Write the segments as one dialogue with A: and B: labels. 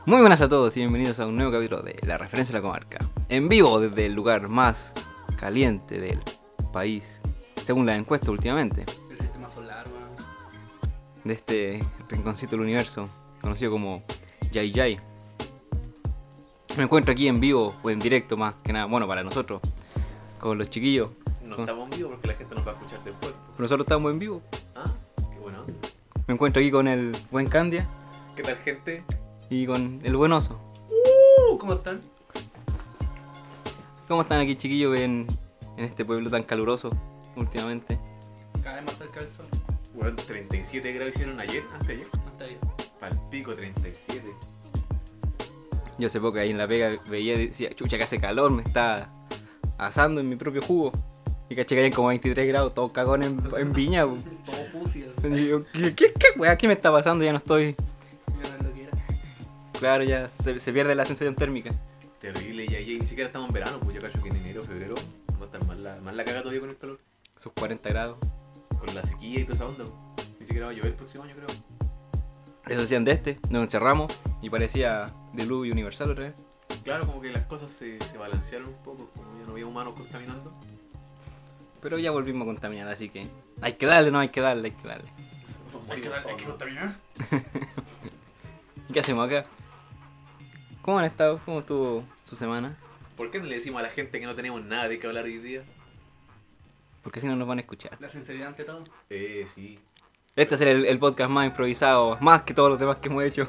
A: Muy buenas a todos y bienvenidos a un nuevo capítulo de La Referencia a la Comarca. En vivo desde el lugar más caliente del país, según la encuesta últimamente.
B: El sistema solar, weón.
A: De este rinconcito del universo, conocido como Yay Yay. Me encuentro aquí en vivo o en directo más que nada, bueno, para nosotros, con los chiquillos.
C: No estamos en vivo porque la gente nos va a escuchar después.
A: Pero nosotros estamos en vivo.
C: Ah, qué bueno.
A: Me encuentro aquí con el buen Candia
C: ¿Qué tal, gente?
A: y con el buen Oso.
B: ¿Cómo están?
A: ¿Cómo están aquí, chiquillos, en este pueblo tan caluroso últimamente?
B: Cada vez más cerca del sol.
C: Bueno, 37 grados hicieron ayer, anteayer.
B: Hasta ahí.
C: Palpico, 37.
A: Yo hace poco ahí en la pega veía y decía, chucha, que hace calor, me está asando en mi propio jugo. Y caché que hayan como 23 grados, todo cagón en Viña. Po.
B: Todo pussy.
A: Y yo, ¿qué weá? ¿Qué me está pasando? Ya no estoy...
B: Ya no es lo que era.
A: Claro, ya se pierde la sensación térmica.
C: Terrible, ya ni siquiera estamos en verano, pues yo cacho que en enero, febrero va a estar más la caga todavía con el calor.
A: Sus 40 grados.
C: Con la sequía y toda esa onda. Ni siquiera va a llover el próximo año, creo.
A: Eso decían de este, nos encerramos y parecía diluvio universal otra vez.
C: Claro, como que las cosas se balancearon un poco, como ya no había humanos contaminando.
A: Pero ya volvimos a contaminar, así que hay que darle, no hay que darle, hay que darle.
B: Hay que contaminar.
A: ¿Qué hacemos acá? ¿Cómo han estado? ¿Cómo estuvo su semana?
C: ¿Por qué no le decimos a la gente que no tenemos nada de qué hablar hoy día?
A: Porque si no nos van a escuchar.
B: La sinceridad ante todo.
C: Sí.
A: Este será el podcast más improvisado, más que todos los demás que hemos hecho.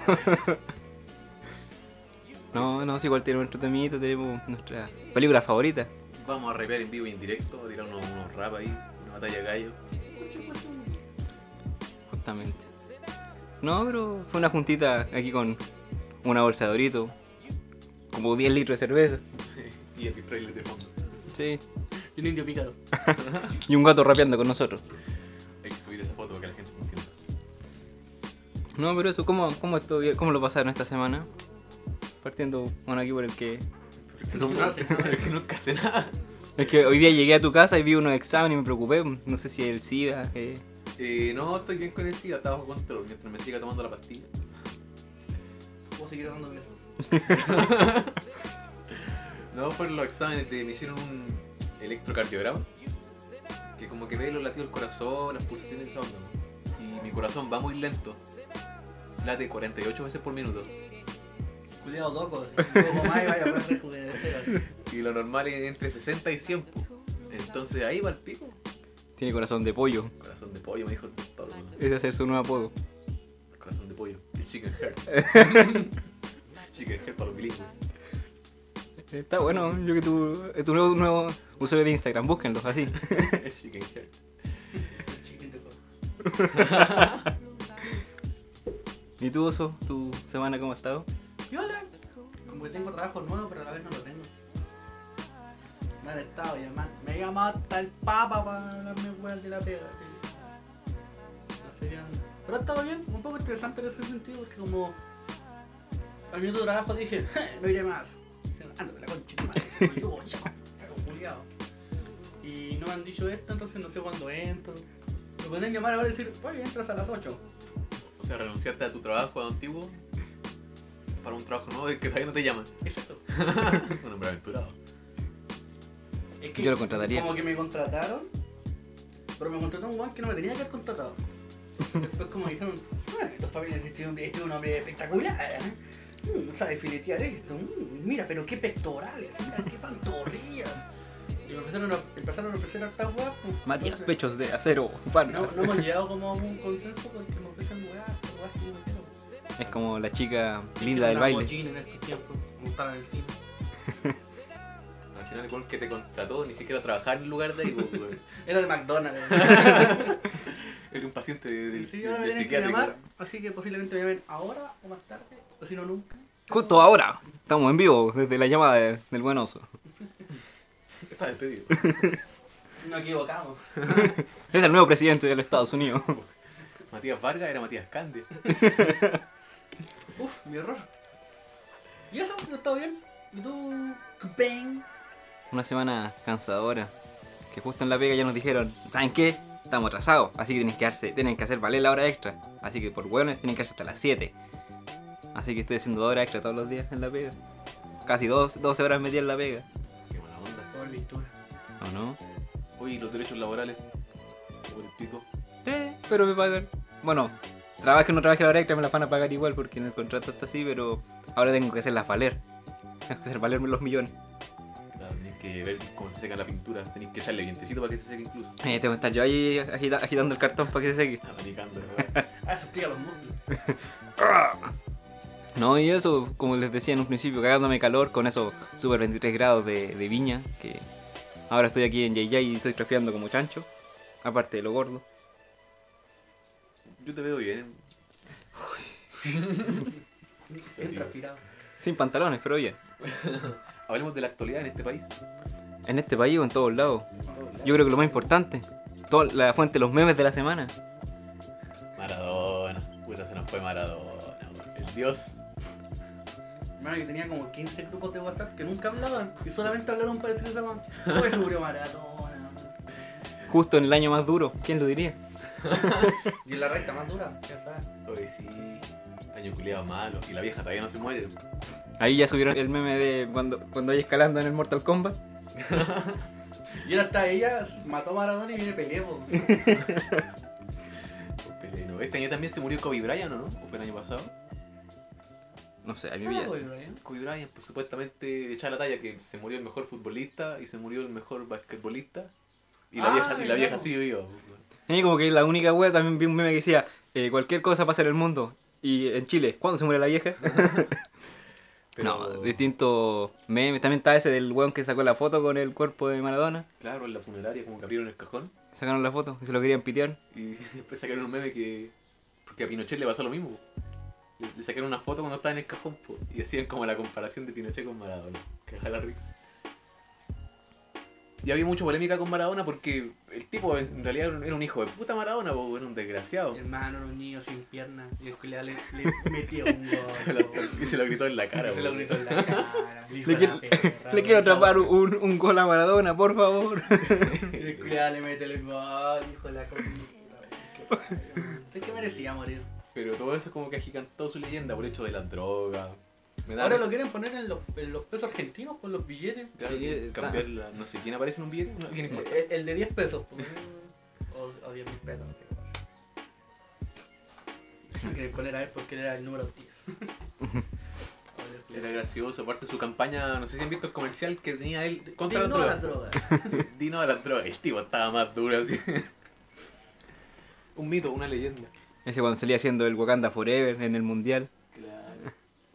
A: No, si igual tenemos nuestro temito, tenemos nuestra película favorita.
C: Vamos a rapear en vivo y en directo, a tirar unos rap ahí, una batalla de gallo.
A: Justamente. No, pero fue una juntita aquí con una bolsa de Dorito, como 10 litros de cerveza.
C: Y el trailer de fondo.
A: Sí.
B: Y un indio pícaro.
A: Y un gato rapeando con nosotros.
C: Hay que subir esa foto para que la gente entienda.
A: No, pero eso, ¿cómo lo pasaron esta semana? Partiendo, bueno, aquí por el que...
C: Es que nunca hace nada.
A: Es que hoy día llegué a tu casa y vi unos exámenes y me preocupé. No sé si es el SIDA.
C: No, estoy bien con el SIDA, está bajo control mientras me siga tomando la pastilla.
B: ¿Puedo seguir dando eso?
C: No, fueron los exámenes me hicieron un electrocardiograma. Que como que ve los latidos del corazón, las pulsaciones de esa onda. Y mi corazón va muy lento. Late 48 veces por minuto.
B: Cuidado, doco. Un poco más y vaya a poder rejuvenecer.
C: Y lo normal es entre 60 y 100. Entonces ahí va el pico.
A: Tiene corazón de pollo.
C: Corazón de pollo, me dijo todo.
A: Ese va a ser su nuevo apodo.
C: Corazón de pollo. El chicken heart. Chicken heart para los bilingües.
A: Está bueno, yo que tu nuevo usuario de Instagram, búsquenlo así.
C: El chicken heart.
B: Chicken de todo.
A: ¿Y tú, Oso? ¿Tu semana cómo ha estado?
B: Viola. Como que tengo trabajo nuevo, pero a la vez no lo tengo. Me han estado llamando. Me llama hasta el papa para hablarme weas de la pega. Pero ha estado bien, un poco interesante en ese sentido, porque como al minuto de trabajo dije, no iré más. Ándate la concha de tu madre, yo, cago culiao. Y no me han dicho esto, entonces no sé cuándo entro. Me pueden llamar ahora y decir, oye, entras a las 8.
C: O sea, renunciaste a tu trabajo antiguo para un trabajo nuevo que todavía no te llaman.
B: Exacto.
C: Un hombre aventurado.
B: Es que
A: Yo lo contrataría.
B: Como que me contrataron, pero me contrató un guan que no me tenía que haber contratado. Después como dijeron, estos familias este es un hombre espectacular, sabe filetear esto, mira, pero qué pectorales, mira, qué pantorrillas. Y me empezaron a ofrecer hartas weas.
A: Matías Pechos de Acero, pan.
B: No hemos llegado como a un consenso porque me ofrecen weas que yo no quiero.
A: Es como la chica linda del baile.
B: En estos tiempos, como para en el cine.
C: Al final, el que te contrató ni siquiera trabajaba en el lugar de ahí. Pues,
B: Era de McDonald's.
C: era un paciente del
B: Sí, ahora me tienen que
C: psiquiátrico.
B: llamar, así que posiblemente me llamen ahora o más tarde, o si no nunca.
A: Justo ahora, estamos en vivo desde la llamada del buen Oso.
C: Está despedido.
B: No equivocamos.
A: Es el nuevo presidente de los Estados Unidos.
C: Matías Vargas era Matías Candia.
B: Uf, mi error. ¿Y eso? ¿No está bien? ¿Y tú? ¡Bang!
A: Una semana cansadora. Que justo en la pega ya nos dijeron, ¿saben qué? Estamos atrasados, así que tienen que hacer valer la hora extra. Así que por hueones tienen que hacerse hasta las 7. Así que estoy haciendo 2 horas extra todos los días en la pega. Casi 12 horas metidas en la pega.
C: Qué mala onda.
B: Por pintura.
A: ¿O no?
C: Oye, los derechos laborales. Por el pico.
A: Sí, pero me pagan. Bueno, trabaje o no trabaje la hora extra me la van a pagar igual porque en el contrato está así, pero ahora tengo que hacerlas valer. Tengo que hacer valerme los millones.
C: Claro, tenés que ver cómo se seca la pintura. Tenés que echarle vientecito para que se seque incluso.
A: Tengo que estar yo ahí agitando el cartón para que se seque.
C: Abanicando, ¿no?
B: Ah, eso explica los músculos.
A: No, y eso, como les decía en un principio, cagándome calor con esos super 23 grados de viña, que ahora estoy aquí en JJ y estoy trasteando como chancho, aparte de lo gordo.
C: Yo te veo bien.
B: Bien transpirado.
A: Sin pantalones, pero bien.
C: Hablemos de la actualidad en este país.
A: En este país o en todos lados. Yo creo que lo más importante, toda la fuente de los memes de la semana.
C: Maradona. Puta, se nos fue Maradona. El dios.
B: Hermano, que tenía como 15 grupos de WhatsApp que nunca hablaban y solamente hablaron para decir esa man. ¿Cómo se murió Maradona?
A: Justo en el año más duro, ¿quién lo diría?
B: Y en la recta más dura, ya sabes.
C: Oye, sí. Año culiado malo. Y la vieja todavía no se muere.
A: Ahí ya subieron el meme de cuando hay escalando en el Mortal Kombat.
B: Y ahora está ella, mató a Maradona y viene peleando.
C: No, este año también se murió Kobe Bryant, ¿o no? ¿O fue el año pasado?
A: No sé, a mi vida.
C: Kobe Bryant, pues supuestamente echaba la talla que se murió el mejor futbolista y se murió el mejor basquetbolista. Y la vieja
B: claro.
C: sigue viva.
A: Y como que la única wea también vi un meme que decía cualquier cosa pasa en el mundo. Y en Chile, ¿cuándo se muere la vieja?
C: Pero-
A: No, distintos memes. También está ese del weón que sacó la foto con el cuerpo de Maradona.
C: Claro, en la funeraria como que abrieron el cajón
A: Sacaron la foto y se lo querían pitear.
C: y después sacaron un meme que... Porque a Pinochet le pasó lo mismo. Le sacaron una foto cuando estaba en el cajón po, y hacían como la comparación de Pinochet con Maradona. Que da la risa. Y había mucha polémica con Maradona porque el tipo en realidad era un hijo de puta Maradona, po, era un desgraciado.
B: Hermano, era un niño sin piernas y el culiao le metió un gol.
C: Y se lo gritó en la cara.
B: Se lo
C: po.
B: gritó en la cara. Le,
A: Le quiero atrapar un gol a Maradona, por favor.
B: Y el culiao le mete el gol, hijo de la concha. Es que merecía morir.
C: Pero todo eso es como que agigantó su leyenda por hecho de la droga. Me da
B: Ahora
C: risa.
B: lo quieren poner en los pesos argentinos con los billetes.
C: Claro,
A: Sí,
C: que
A: está.
C: cambiar la... No sé, ¿quién aparece en un billete? No, ¿quién importa?
B: El de 10 pesos. pues. O 10.000 pesos, no sé qué pasa. Lo quieren poner a él porque él era el número 10.
C: Era gracioso, aparte su campaña, no sé si han visto el comercial que tenía él contra las
B: No a las
C: drogas.
B: drogas.
C: Dino a las drogas, el tipo estaba más duro así. Un mito, una leyenda.
A: Ese cuando salía haciendo el Wakanda Forever en el mundial.
C: Claro.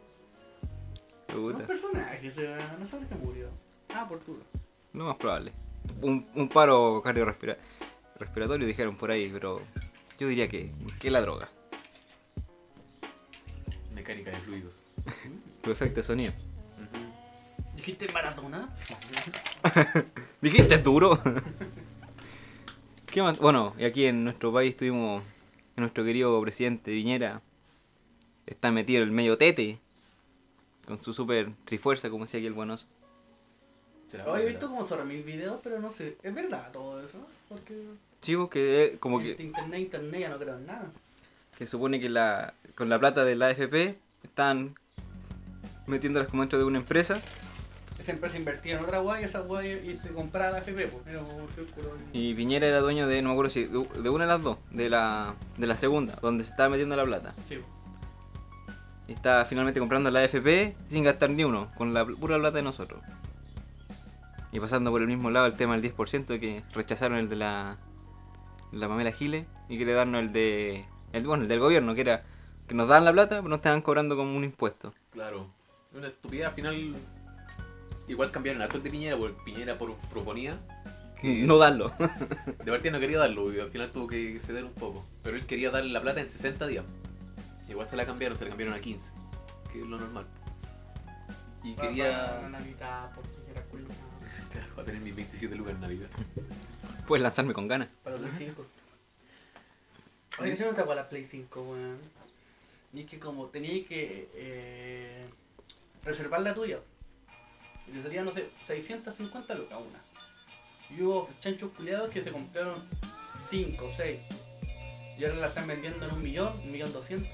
B: Un
A: Puta.
B: personaje, no sabes que murió. Ah, por duro.
A: Lo más probable. Un paro cardiorrespiratorio dijeron por ahí, pero yo diría que la droga.
C: Mecánica de fluidos.
A: Tu efecto de sonido.
C: Ujú.
B: ¿Dijiste Maradona?
A: ¿Dijiste duro? ¿Qué más? Bueno, y aquí en nuestro país tuvimos nuestro querido presidente Piñera. Está metido en el medio tete. Con su super trifuerza, como decía aquí el buenos.
C: Será
B: Hoy he
C: buena.
B: visto como sobre 1000 videos, pero no sé. ¿Es verdad todo eso? Porque
A: Chicos, que como
B: en
A: que
B: internet ya no creo en nada.
A: supone que con la plata de la AFP están metiéndolas como dentro de una empresa.
B: Esa empresa invertía en otra guay, esa guay y se compraba la FP, pues. Era como un círculo.
A: Y Piñera era dueño de, no me acuerdo si, de una de las dos, de la segunda, donde se estaba metiendo la plata.
B: Sí, pues.
A: Y está finalmente comprando la AFP sin gastar ni uno, con la pura plata de nosotros. Y pasando por el mismo lado el tema del 10% que rechazaron el de la Pamela Giles y quiere darnos el del gobierno, que era que nos dan la plata pero nos estaban cobrando como un impuesto.
C: Claro. Una estupidez al final. Igual cambiaron harto el de Piñera, porque Piñera proponía que
A: No darlo.
C: de partida no quería darlo y al final tuvo que ceder un poco. Pero él quería darle la plata en 60 días. Igual se la cambiaron a 15, que es lo normal. Y
B: Para
C: quería...
B: la Navidad, porque era cool.
C: Va a tener mis 27 lucas en Navidad.
A: Puedes lanzarme con ganas.
B: Para Play 5. Oye, ¿sí no te acuerdas la Play 5, weón? Y es que como tenías que reservar la tuya. Y te salía, no sé, 650 lucas una. Y hubo chanchos culiados que se compraron 5, 6. Y ahora la están vendiendo en 1.200.000.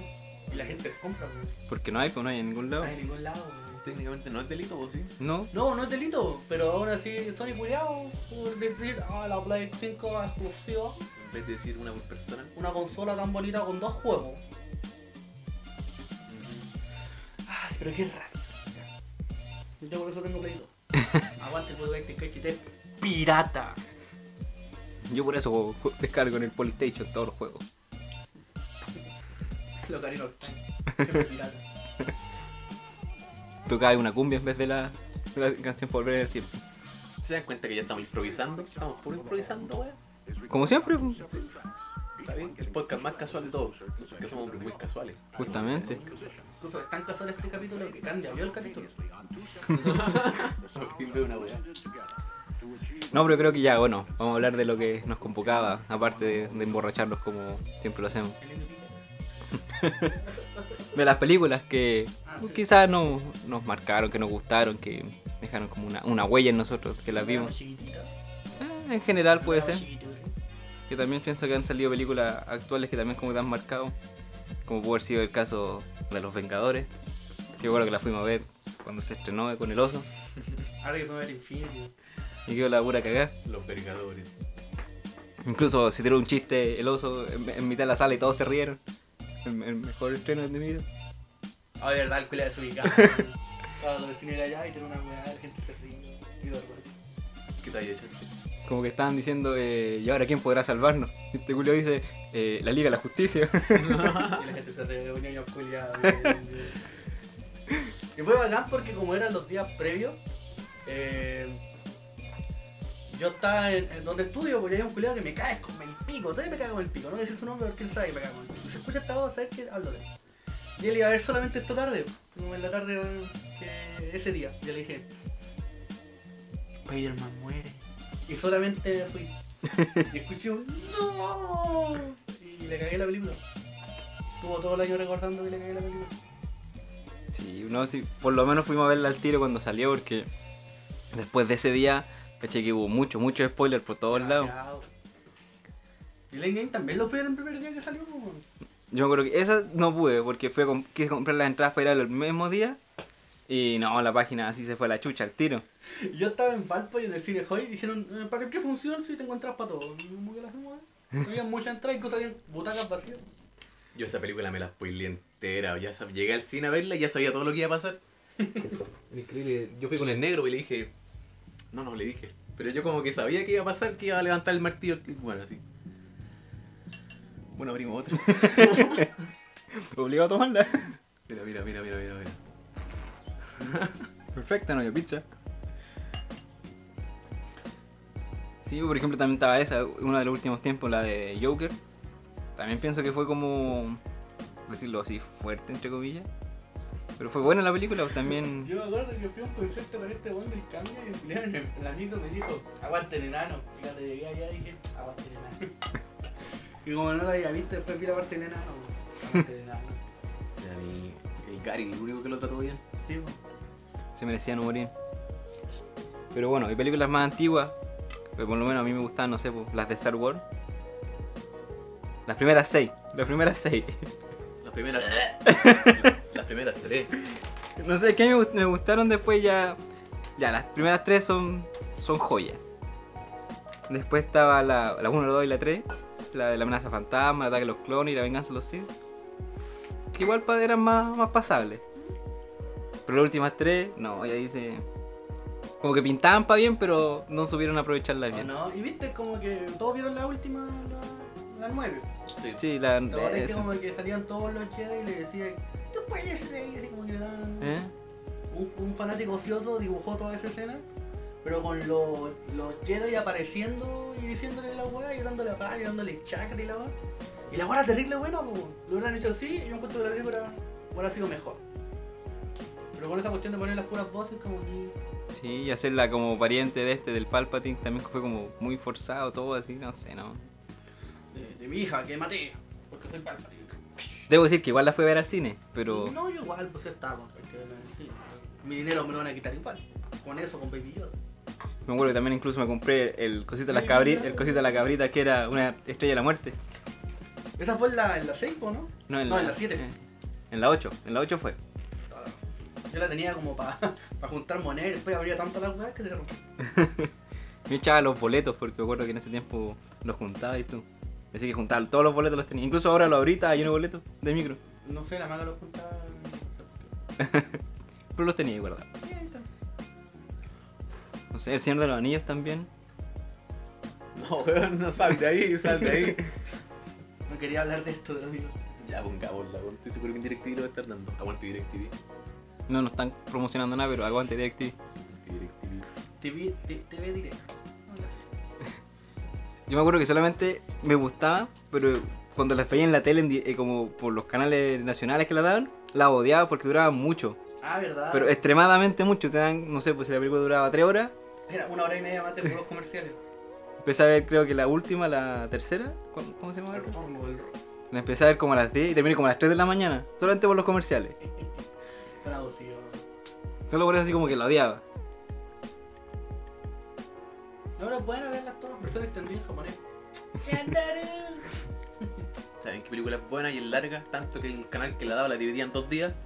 B: Y la gente les compra, weón.
A: Porque no hay, pues no hay en ningún
B: No
A: lado.
B: hay en ningún lado, weón.
C: Técnicamente no es delito, ¿o sí?
A: No.
B: No, no es delito, pero aún así Sony culiao por decir, la Play 5 es exclusiva,
C: En vez de decir una por persona.
B: una consola tan bonita con 2 juegos. Ay, pero qué raro. Yo por eso tengo Play 2. Aguante el PlayStation KHT pirata.
A: Yo por eso descargo en el Polystation todos los juegos.
B: Lo carino está siempre pirata.
A: Tocaba una cumbia en vez de la canción por volver en el tiempo.
C: ¿Se dan cuenta que ya estamos improvisando? Estamos puro improvisando, weón.
A: Como siempre, pues,
C: Está bien, el podcast más casual de todos. Porque somos hombres muy casuales.
A: justamente.
B: Incluso es tan casual este capítulo que Candia vio el capítulo.
C: Por fin veo una weá.
A: No, pero creo que ya, bueno, vamos a hablar de lo que nos convocaba, aparte de emborracharnos como siempre lo hacemos. De las películas que quizás no, nos marcaron, que nos gustaron, que dejaron como una huella en nosotros, que las vimos. En general puede ser. Yo también pienso que han salido películas actuales que también como que te han marcado. Como pudo haber sido el caso de Los Vengadores. Que bueno que la fuimos a ver cuando se estrenó con el oso.
B: Ahora que fue a ver Infinity.
A: Y quedó la pura cagada.
C: Los Vengadores.
A: Incluso se tiró un chiste el oso en mitad de la sala y todos se rieron. El mejor estreno de mi vida.
B: Ah, de verdad, el culiao desubicado. Estaba los vecinos de allá y tiene una weá, la gente se ríe. Y vergüenza.
C: ¿Qué te hay hecho?
A: Como que estaban diciendo, ¿y ahora quién podrá salvarnos? Y este culio dice, la Liga de la Justicia.
B: Y la gente se ríe de un niño culiao. Y fue bacán porque como eran los días previos, yo estaba en donde estudio porque hay un culiao que me cae con el pico, todavía me cae con el pico, no voy a decir su nombre porque él sabe que me cae con el pico. Si se escucha esta voz, ¿sabes qué? Hablo de él. Y él iba a ver solamente esta tarde, como en la tarde ese día. Yo le dije, Spider-Man muere. Y solamente me fui. Y escuché un ¡no! Y le cagué la película. Estuvo todo el año recordando que le cagué la película.
A: Sí, no, sí, por lo menos fuimos a verla al tiro cuando salió porque después de ese día, caché que hubo mucho spoiler por todos lados.
B: Demasiado. Y la Game también lo fui a ver el primer día que salió. Po.
A: Yo me acuerdo que esa no pude porque quise comprar las entradas para ir el mismo día y no, la página así se fue a la chucha al tiro.
B: Y yo estaba en Valpo y en el cine Hoy y dijeron, ¿para qué función si tengo entradas para todo? ¿Cómo que las hacemos? No había muchas entradas, incluso había butacas vacías.
C: Yo esa película me la spoileé entera. Ya llegué al cine a verla y ya sabía todo lo que iba a pasar. Increíble. Yo fui con el negro y le dije... No le dije. Pero yo como que sabía que iba a pasar, que iba a levantar el martillo. Bueno, así. Bueno, abrimos otra.
A: Obligado a tomarla.
C: Mira.
A: Perfecta, no había pizza. Sí, por ejemplo también estaba esa, uno de los últimos tiempos, la de Joker. También pienso que fue como, decirlo así, fuerte entre comillas. Pero fue buena la película, pues también.
B: Yo me acuerdo que fui a un concierto con este buen del cambio y el amigo me dijo, aguante el enano. Y cuando llegué allá dije, aguante el enano. Y como no la había visto, después vi la parte del enano. Aguante el enano.
C: El Gary, el único que lo trató bien.
B: Sí, po.
A: Se merecía no morir. Pero bueno, hay películas más antiguas, pero por lo menos a mí me gustaban, no sé, pues, las de Star Wars. Las primeras 6.
C: Las primeras 3.
A: No sé, que me gustaron después ya. Ya, las primeras 3 son joyas. Después estaba la 1, la 2 y la 3. La de la amenaza fantasma, el ataque de los clones y la venganza de los Sith. Que igual eran más pasables. Pero las últimas 3, no, ya dice. Como que pintaban para bien, pero no supieron aprovecharla bien.
B: No, y viste como que todos vieron la última, la 9.
C: Sí.
A: Sí,
B: La verdad es que como que salían todos los Jedi y le decían, tú puedes ser, y así como que le daban... Un fanático ocioso dibujó toda esa escena, pero con los Jedi apareciendo y diciéndole la weá y dándole la paz y dándole chakra y la weá. Y la weá era terrible buena, pues. Lo hubieran hecho así y yo encuentro que la película hubiera sido mejor. Pero con esa cuestión de poner las puras voces como que...
A: Sí, y hacerla como pariente del Palpatine también fue como muy forzado todo así, no sé, no.
B: De mi hija, que maté, porque soy Palpatine.
A: Debo decir que igual la fui a ver al cine, pero...
B: No, yo igual, pues Star Wars, porque sí, mi dinero me lo van a quitar igual. Con eso, con Baby Yoda.
A: Me acuerdo que también incluso me compré el cosito de la cabrita que era una estrella de la muerte.
B: Esa fue en la 6, ¿no?
A: No, en
B: la 7.
A: En la 8 fue.
B: Yo la tenía como para juntar monedas y después abría tanto las weas que se rompió.
A: Yo echaba los boletos porque me acuerdo que en ese tiempo los juntaba y tú. Así que juntaba todos los boletos los tenía. Incluso ahora lo ahorita hay unos boletos de micro.
B: No sé, la maga lo juntaba.
A: Pero los tenía guardados.
B: Sí, ahí está.
A: No sé, el Señor de los Anillos también.
C: No, weón, no, sal de ahí, sal de ahí.
B: No quería hablar de esto, amigo.
C: Ya, pongámosla, weón. Estoy seguro que en DirecTV lo va a estar dando. Aguante DirecTV.
A: No están promocionando nada, pero aguante DirecTV.
C: DirecTV.
B: TV directo.
A: Yo me acuerdo que solamente me gustaba, pero cuando las veía en la tele, como por los canales nacionales que la daban, la odiaba porque duraban mucho.
B: Ah, ¿verdad?
A: Pero extremadamente mucho. Te dan, no sé, pues si la película duraba 3 horas,
B: Era 1 hora y media más de puros comerciales.
A: empecé a ver creo que la última, la tercera. ¿Cómo se llama
B: El
A: eso?
B: retorno del
A: La empecé a ver como a las 10 y terminé como a las 3 de la mañana. Solamente por los comerciales.
B: traducido.
A: Solo por eso así como que la odiaba.
B: Ahora es bueno verlas todas las personas extendidas en japonés.
C: ¿Saben qué película es buena y es larga? Tanto que el canal que la daba la dividía en 2 días.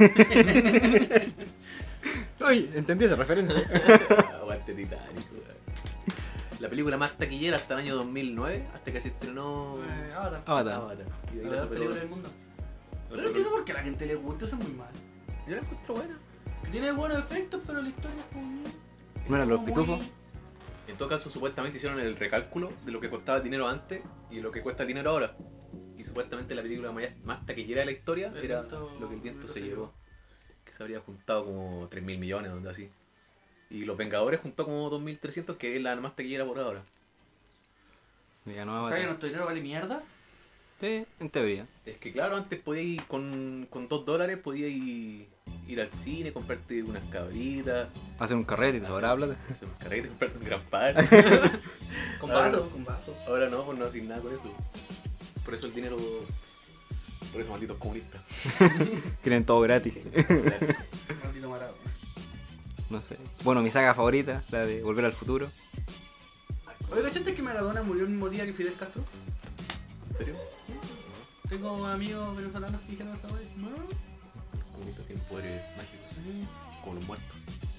A: Uy, entendí esa referencia.
C: Aguante Titanic, weón. La película más taquillera hasta el año 2009, hasta que se estrenó
B: Avatar.
A: Avatar.
C: Avatar. Y de ahí
B: La
C: la
B: mejor película del
C: superó.
B: mundo. Yo no entiendo por qué a la gente le gusta, eso es muy mal.
C: Yo la encuentro buena.
B: Que tiene buenos efectos, pero la historia es como...
A: Bueno, los
B: como
A: pitufos.
B: muy-
C: En todo caso, supuestamente hicieron el recálculo de lo que costaba el dinero antes y lo que cuesta el dinero ahora. Y supuestamente la película más taquillera de la historia
B: El
C: era
B: viento-
C: Lo que el viento se llevó. Que se habría juntado como 3.000 millones, donde así. Y Los Vengadores juntó como 2.300, que es la más taquillera por ahora.
A: Ya no
B: O sea
A: Avatar.
B: que nuestro dinero vale mierda.
A: Sí, en teoría.
C: Es que claro, antes podías ir con $2, podías ir al cine, comprarte unas cabritas,
A: Hacer un carrete y te sobraba plata.
C: hacer unas carretas, comprarte un gran par.
B: Con
C: Ahora
B: vaso,
C: no.
B: con vaso.
C: Ahora no, pues no haces nada con eso. Por eso el dinero... Por eso malditos comunistas.
A: Quieren todo gratis.
B: Maldito Maradona.
A: No sé. Bueno, mi saga favorita, la de Volver al Futuro.
B: Oye, ¿cachaste que Maradona murió el mismo día que Fidel Castro?
C: ¿En serio?
B: Tengo amigos venezolanos que dijeron esa vez. No.
C: Los comunistas tienen poderes mágicos, como los muertos.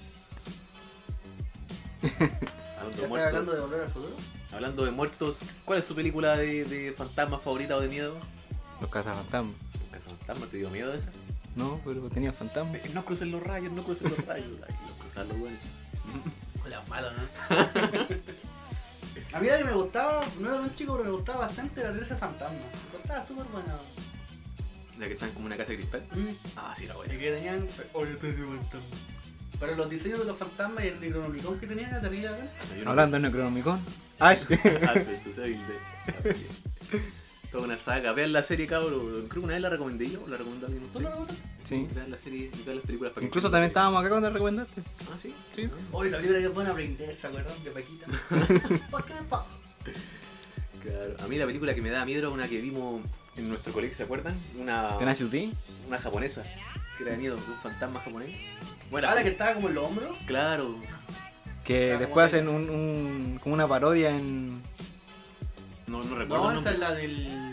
C: Hablando de
B: ¿Ya estás
C: muertos,
B: hablando de volver al futuro?
C: hablando de muertos, ¿cuál es su película de fantasmas favorita o de miedo?
A: Los cazafantasmas.
C: ¿Cazafantasmas? ¿Te dio miedo de esa?
A: No, pero tenía fantasmas.
C: No crucen los rayos, no crucen los rayos. Ay, los cruzan los buenos.
B: Hola, malo, ¿no? A mí la que me gustaba, no era tan chico, pero me gustaba bastante la 13 Fantasma. Me gustaba súper buena.
C: Ya que están como una casa de cristal. Ah, sí, era
B: Y
C: buena.
B: que tenían. Oye, 13 Fantasma. Pero los diseños de los fantasmas y el Necronomicon que tenían era terrible acá.
A: Hablando de Necronomicon. Ash.
C: Ash vs Evil Dead. Toda una saga. Vean la serie, cabrón. Creo que una vez la recomendé yo. ¿La recomendó alguien?
B: ¿Tú lo recomiendas?
A: Sí.
C: Vean la serie y vean las películas. para que
A: Incluso
C: entiendan
A: también
C: la
A: estábamos acá cuando recomendaste.
C: serie. Ah, sí.
A: Sí.
B: Oye, la película que es buena aprender, ¿se acuerdan? De Paquita. ¿Por qué pa?
C: Claro. A mí la película que me da miedo era una que vimos en nuestro colegio, ¿se acuerdan? Una
A: ¿Tenacious D?
C: japonesa. Que era de miedo, un fantasma japonés. Bueno,
B: Ah, la que estaba como en los hombros.
C: claro.
A: Que
B: Ah,
A: después
B: como
A: hacen como una parodia en...
C: No recuerdo
B: No,
C: el
B: esa
C: nombre.
B: es la del.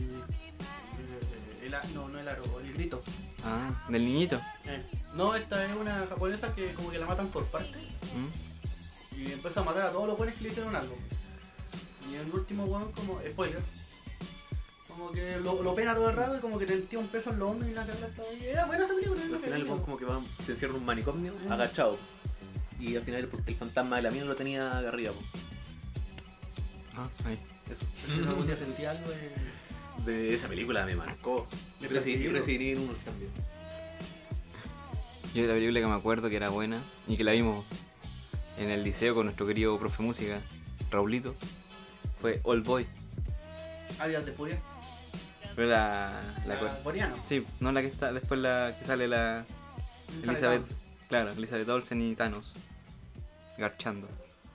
B: No el aro, el grito.
A: Ah, del niñito.
B: No, esta es una japonesa que como que la matan por partes.
A: ¿Mm?
B: Y empieza a matar a todos los buenos que le hicieron algo. Y el último weón como, spoiler, como que lo pena todo el rato y como que te sentía un peso en los hombros y la cara estaba ahí. Era buena esa película,
C: Al final el weón como que se encierra en un manicomio, agachado. Y al final porque el fantasma de la mina lo tenía arriba, po.
A: Ah, ahí.
C: Eso.
B: no podía sentir algo
C: De esa película me marcó.
B: De
C: Yo recibí
B: tranquilo.
C: en uno también.
A: Yo la película que me acuerdo que era buena y que la vimos en el liceo con nuestro querido profe música, Raulito, fue Old Boy.
B: Avias de furia.
A: Fue la
B: coreana.
A: sí, no la que está después la que sale la Elizabeth, claro, Elizabeth Olsen y Thanos garchando.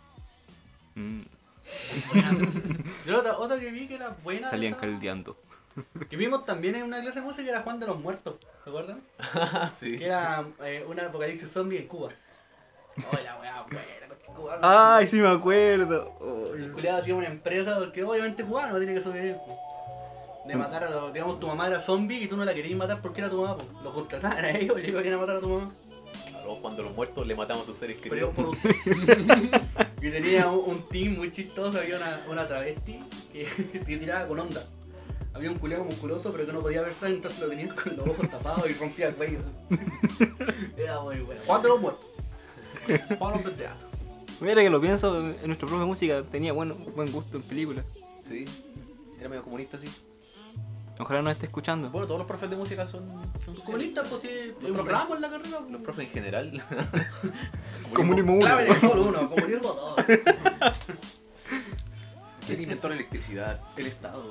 B: Yo otra que vi que era buena.
A: Salían
B: esa,
A: caldeando.
B: que vimos también en una clase de música era Juan de los Muertos, ¿se acuerdan?
C: Sí.
B: Que era una apocalipsis zombie en Cuba. Oh, la weá buena, los cubanos.
A: Ay, sí me acuerdo.
B: El culiado hacía una empresa porque obviamente cubano tiene que sobrevivir. de matar a los, digamos, tu mamá era zombie y tú no la querías matar porque era tu mamá, pues. Lo contrataban a ellos y ellos querían matar a tu mamá.
C: Claro, cuando los muertos le matamos a sus seres
B: Pero
C: queridos.
B: y tenía un team muy chistoso, había una travesti que tiraba con onda. Había un culiado musculoso pero que no podía ver sangre, entonces lo tenían con los ojos tapados y rompía el cuello. Era muy bueno. Juan de los muertos. Juan de teatro.
A: Mira que lo pienso, en nuestro profe de música tenía buen gusto en películas.
C: Sí, era medio comunista, sí.
A: Ojalá nos esté escuchando.
C: Bueno, todos los profes de música son
B: Los comunistas, pues sí,
C: Los
B: un
C: profes-
B: ramo en la carrera.
C: los profes en general.
A: Comunismo uno.
B: Clave de solo uno, comunismo todo.
C: ¿Quién inventó la electricidad? El Estado.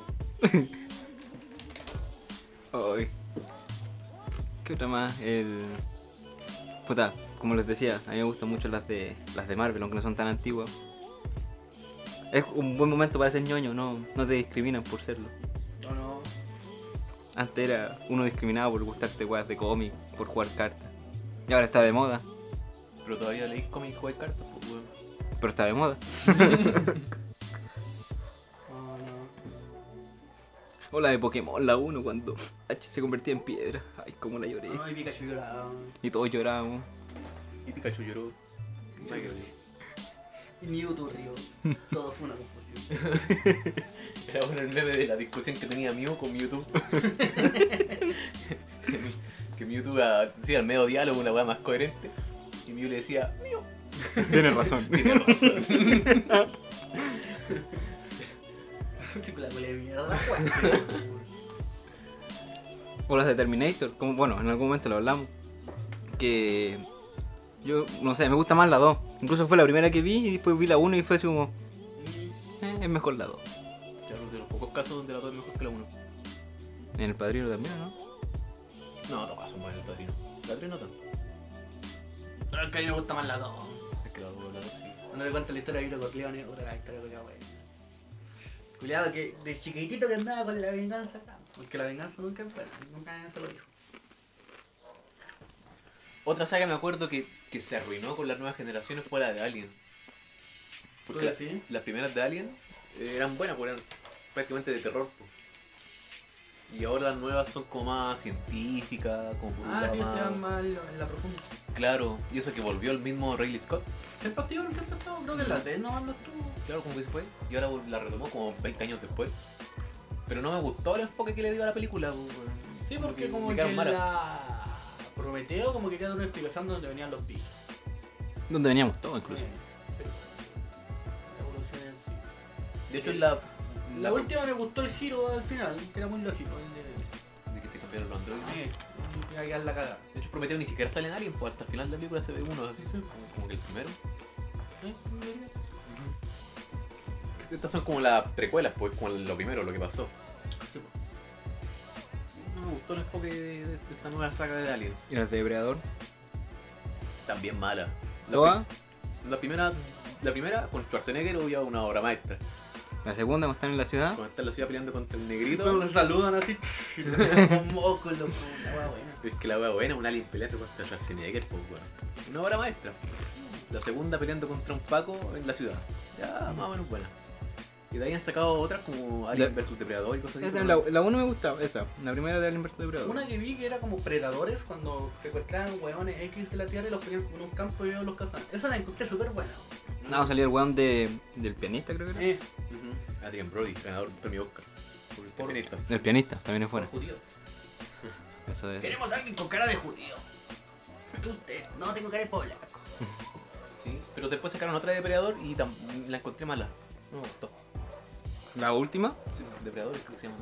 A: Ay. ¿Qué otra más? Puta, como les decía, a mí me gustan mucho las de Marvel, aunque no son tan antiguas. Es un buen momento para ser ñoño, no te discriminan por serlo.
B: No.
A: Antes era uno discriminado por gustarte weas de cómic, por jugar cartas. Y ahora está de moda,
C: Pero todavía leís cómics y jugáis cartas, pues, weón.
A: pero está de moda. O la de Pokémon, la 1, cuando H se convertía en piedra. Ay, cómo la lloré.
B: Ay, Pikachu lloraba.
A: Y todos llorábamos.
C: Y Pikachu lloró.
B: Y Mewtwo rió. Todo fue una confusión.
C: Era bueno el meme de la discusión que tenía Mew con Mewtwo. que Mewtwo hacía al medio diálogo una weá más coherente. Y Mew le decía, Mew.
A: Tienes razón.
C: Tiene razón.
B: Chico, la pelea de mierda, la juega.
A: O las de Terminator, como bueno, en algún momento lo hablamos. Que yo, no sé, me gusta más la 2. Incluso fue la primera que vi y después vi la 1 y fue así como, es mejor la 2.
C: Claro, de los pocos casos donde la 2 es mejor que la 1.
A: En El Padrino también, ¿no?
C: No, todos casos más en el Padrino. La 3 no tanto.
B: Pero es que a mí me gusta más la 2.
C: Es que la 2 sí.
B: Cuando le cuento la historia de Vito Corleone, otra historia de Culeado, Culeado que de chiquitito que andaba con la venganza, porque la venganza nunca es buena, nunca se lo dijo.
C: Otra saga me acuerdo que se arruinó con las nuevas generaciones fue la de Alien. Porque
B: ¿Tú decís?
C: las primeras de Alien eran buenas, pues eran prácticamente de terror. Pues. Y ahora las nuevas son como más científicas, como por un
B: Ah,
C: lado
B: sí,
C: más...
B: se llama en la profunda.
C: Claro, y eso que volvió el mismo Ridley Scott.
B: Siempre estuvo, creo que en la 3 no estuvo.
C: Claro, como que se fue. Y ahora la retomó como 20 años después. Pero no me gustó el enfoque que le dio a la película. Pues,
B: Sí, porque como
C: me
B: que
C: quedaron malas.
B: la Prometeo como que queda una explicación de donde venían los bichos.
A: Donde veníamos todos incluso.
B: Pero la evolución en sí.
C: De hecho,
B: La última me gustó el giro al final, que era muy lógico. El
C: de que se cambiaron los androides.
B: que iba a quedar la cagada.
C: De hecho, Prometeo ni siquiera sale en Alien, pues hasta el final de la película se ve uno así, como que el primero. Estas son como las precuelas, pues, como lo primero, lo que pasó.
B: Sí, po.
C: No me gustó el enfoque de esta nueva saga de Alien.
A: Y las de Depredador.
C: También mala.
A: ¿Toa?
C: La primera con Schwarzenegger había una obra maestra.
A: La segunda, cuando están en la ciudad.
C: Cuando está en la ciudad peleando contra el negrito.
B: Todos se saludan así. Con moco, loco. La wea buena.
C: Es que la wea buena, un alien peleando contra Schwarzenegger, pues weón. Una obra maestra. La segunda peleando contra un Paco en la ciudad. Ya, más o menos buena. Y de ahí han sacado otras como Alien vs Depredador y cosas así.
A: Esa, la 1 me gustaba, esa. La primera de Alien vs Depredador.
B: Una que vi que era como predadores cuando secuestraban hueones X de la Tierra y los ponían en un campo y ellos los cazaban. Esa la encontré súper buena.
A: No, salía el weón del pianista, creo que era.
C: Ujú. Adrian Brody, ganador del premio Oscar. Por el pianista.
A: Del pianista, también es buena.
B: Judío.
A: Eso de...
B: Queremos a alguien con cara de judío. Usted, no tengo cara de polaco.
C: Sí, pero después sacaron otra de Depredador y la encontré mala. No me gustó.
A: ¿La última?
C: Sí, Depredadores creo que se llama.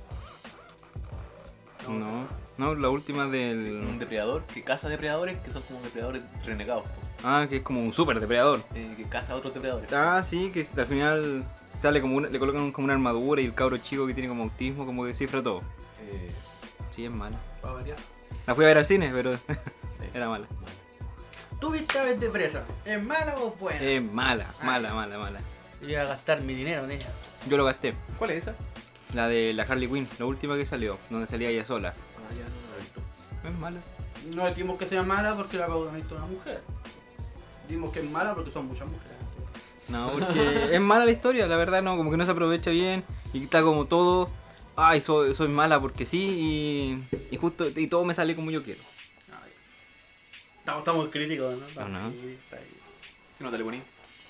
A: No, la última
C: Un
A: del...
C: depredador que caza depredadores que son como depredadores renegados. Po.
A: Ah, que es como un super depredador.
C: Que caza a otros depredadores.
A: Ah, sí, que al final sale como le colocan como una armadura y el cabro chico que tiene como autismo como que descifra todo. Sí, es mala.
B: Para variar.
A: La fui a ver al cine, pero era mala.
B: ¿Tú viste Aves de Presa? ¿Es mala o buena?
A: Es mala.
B: Yo iba a gastar mi dinero en ella.
A: Yo lo gasté.
C: ¿Cuál es esa?
A: La de la Harley Quinn, la última que salió, donde salía ella sola.
C: Ah, ya no la he visto.
A: Es mala.
B: No decimos que sea mala porque la protagonista es una mujer. Decimos que es mala porque son muchas mujeres.
A: No, porque es mala la historia, la verdad no, como que no se aprovecha bien y está como todo ay, soy mala porque sí y justo y todo me sale como yo quiero.
B: Ay. Estamos críticos, ¿no?
A: No.
B: Sí, está ahí.
C: ¿Qué nota le poní?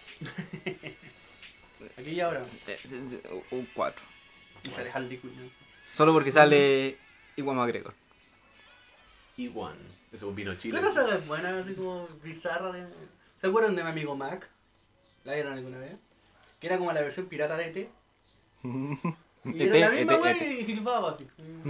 B: Aquí y ahora.
A: Un 4.
B: Y sale Harley Quinn, ¿no?
A: Solo porque sale Iwan McGregor.
C: Iguan. Ese es un vino chile.
B: Pero esa saga es buena, así como bizarra. ¿Se acuerdan de mi amigo Mac? ¿La vieron alguna vez? Que era como la versión pirata de ET. Y era la misma wey y silbaba así.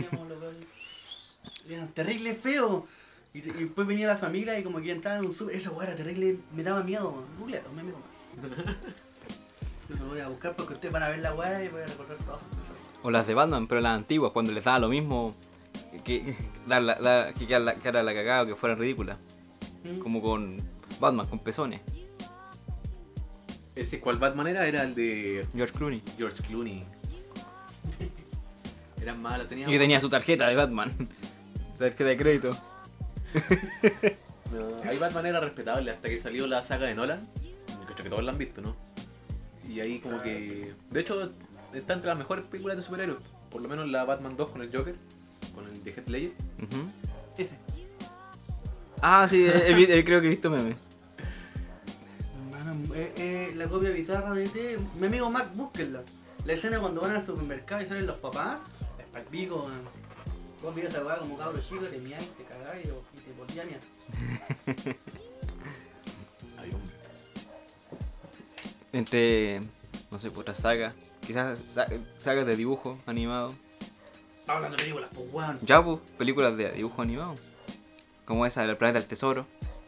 B: Era terrible feo. Y después venía la familia y como que entraba en un super. Esa wey era terrible, me daba miedo. Googlealo, mi amigo Mac. Yo lo voy a buscar porque ustedes van a ver la wey y voy a recordar todas sus cosas.
A: O las de Batman, pero las antiguas, cuando les daba lo mismo que era la cagada o que fueran ridículas. Como con Batman, con pezones.
C: ¿Ese cuál Batman era? Era el de
A: George Clooney.
C: George Clooney. Era malo, tenía...
A: Y que tenía su tarjeta de Batman. Tarjeta de crédito.
C: No, ahí Batman era respetable hasta que salió la saga de Nolan. Que todos la han visto, ¿no? Y ahí como que... De hecho, está entre las mejores películas de superhéroes. Por lo menos la Batman 2 con el Joker. Con el de Heath Ledger. Ese.
A: Ah, sí, creo que he visto memes.
B: Hermano, la copia bizarra de ese. Mi amigo Mac, búsquenla. La escena cuando van al supermercado y salen los papás. Es palpico, man. Vos miras esa weá como cabro chico, te miráis, te cagáis y te volvías a mirar.
C: Ay, hombre.
A: Entre, no sé, por otras sagas. Quizás sagas de dibujo animado.
B: Estaba hablando de películas, pues weón.
A: Ya, pues, películas de dibujo animado. Como esa del Planeta del Tesoro.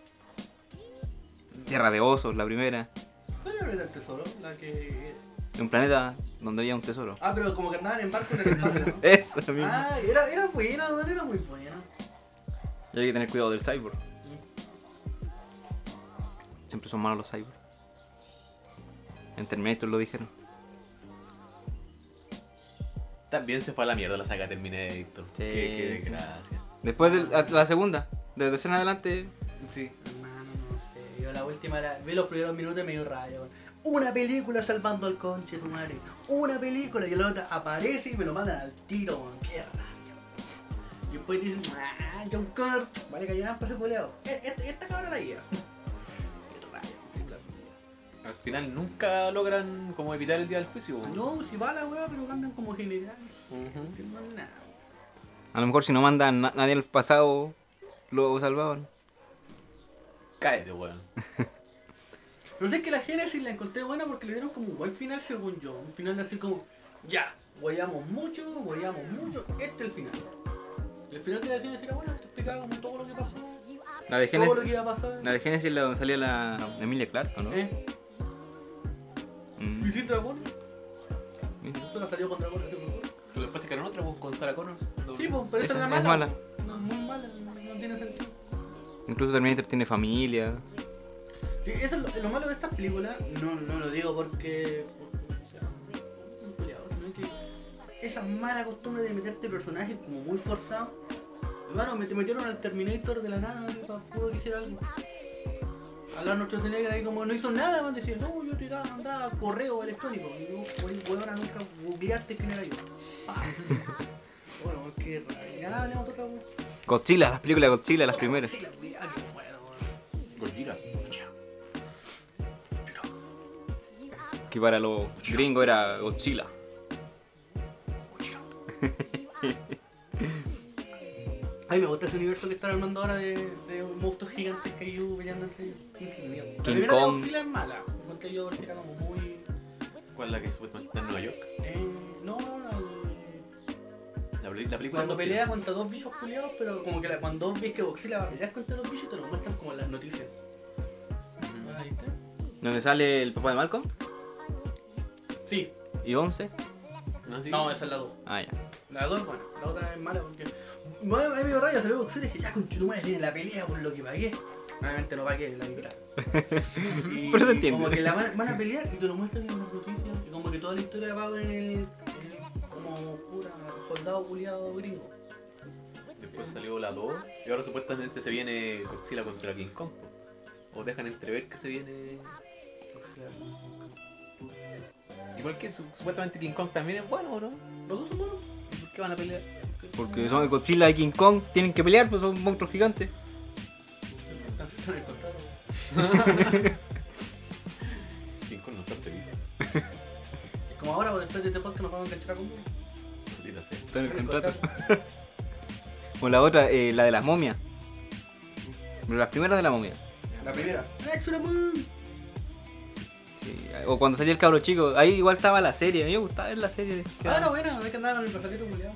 A: Tierra de Osos, la primera.
B: ¿Cuál era el tesoro? La que.
A: De un planeta donde había un tesoro.
B: Ah, pero como que andaban en barco en el espacio, ¿no?
A: Eso, lo mismo.
B: Ah, era buena, weón, era muy buena.
A: Y hay que tener cuidado del cyborg. Siempre son malos los cyborg. En Terminator lo dijeron.
C: También se fue a la mierda la saga Terminator.
A: Sí,
C: Qué
A: sí.
C: desgracia.
A: Después de la segunda, de tercera en adelante.
C: Sí.
B: Hermano, no sé. Yo la última vi los primeros minutos y me dio raya, weón. Una película salvando al conche tu madre. Una película y la otra aparece y me lo mandan al tiro, weón. Qué rabia. Y después dicen, John Connor, vale callar para ese culeado. Esta cabra la guía. Qué rabia, película.
C: Al final nunca logran como evitar el día del juicio. ¿No?
B: No, si va la weá, pero cambian como general. No entiendo nada.
A: A lo mejor si no mandan nadie al pasado, lo salvaban.
C: Cállate, weón.
B: Pero sé que la Génesis la encontré buena porque le dieron como un buen final según yo. Un final así como, ya, guayamos mucho, este es el final. Y el final de la Génesis era bueno, te explicaba como todo lo que pasó,
A: La de
B: todo lo que
A: Genesis,
B: iba a pasar.
A: la de Genesis es la donde salía la Emilia Clarke, ¿o no?
B: ¿Y sin dragón?
A: Mira.
B: Solo salió con dragón.
C: Pero después te quedaron otra pues, con Sarah Connor.
B: Sí, pues, pero esa es la mala.
A: es mala.
B: No, muy mala, no tiene sentido.
A: Incluso Terminator tiene familia.
B: Sí, eso es lo malo de estas películas, no lo digo porque sea un peleador, sino que esa mala costumbre de meterte personajes como muy forzados. Hermano, te metieron al Terminator de la nada para puro que hiciera algo. Hablar nuestro Schwarzenegger ahí como no hizo nada, man, decía, no, yo te mandaba correo electrónico. Y yo, huevona, nunca googleaste quién era yo. Bueno, qué raro. Ya nada, le hemos tocado.
A: Godzilla, las películas de Godzilla, las primeras.
B: Sí, qué bueno,
C: Gojira.
A: Que para los gringos era Godzilla.
B: Ay, me gusta ese universo que están armando ahora de monstruos gigantes que hay peleando entre ellos. La primera de
A: Kong.
B: Godzilla es mala. Encontré yo porque era como muy.
C: ¿Cuál es la que supuestamente está en Nueva York?
B: No,
C: La película
B: cuando
C: de
B: pelea contra dos bichos culiados, pero como que cuando ves que Godzilla va a pelear contra los bichos, te lo muestran como en las noticias. Ahí está.
A: ¿Donde sale el papá de Malcolm?
B: Sí,
A: ¿Y 11?
C: No, sí.
B: no, esa es la 2.
A: Ah, ya.
B: La 2 es buena, la otra es mala porque. Bueno, a mí me dio raya, se ve Godzilla y dije, ya con Chutumare tiene la pelea por lo que pagué. Obviamente no pagué, la vi pirata.
A: Pero se entiende.
B: Como que la van a pelear y te lo muestran en las noticias. Y como que toda la historia va en el como pura soldado culiado gringo.
C: Después salió la 2 y ahora supuestamente se viene Godzilla contra King Kong. O dejan entrever que se viene. Igual que supuestamente King Kong también es bueno, ¿o no?
B: Los dos son buenos. ¿Qué van a pelear?
A: Porque son Godzilla y King Kong, tienen que pelear, pues son monstruos gigantes.
B: Están en el contrato.
C: King Kong no está feliz.
B: Como ahora, pues, después de este podcast nos vamos a enganchar a combo.
C: Maldita sea.
A: Está en el contrato. O la otra, la de las momias. Las primeras de la momia.
B: La primera. ¡Extremum!
A: Sí. O cuando salía el cabro chico, ahí igual estaba la serie. A mí me gustaba ver la serie.
B: Ah, no, bueno, es que andaba con el pajarito culiado.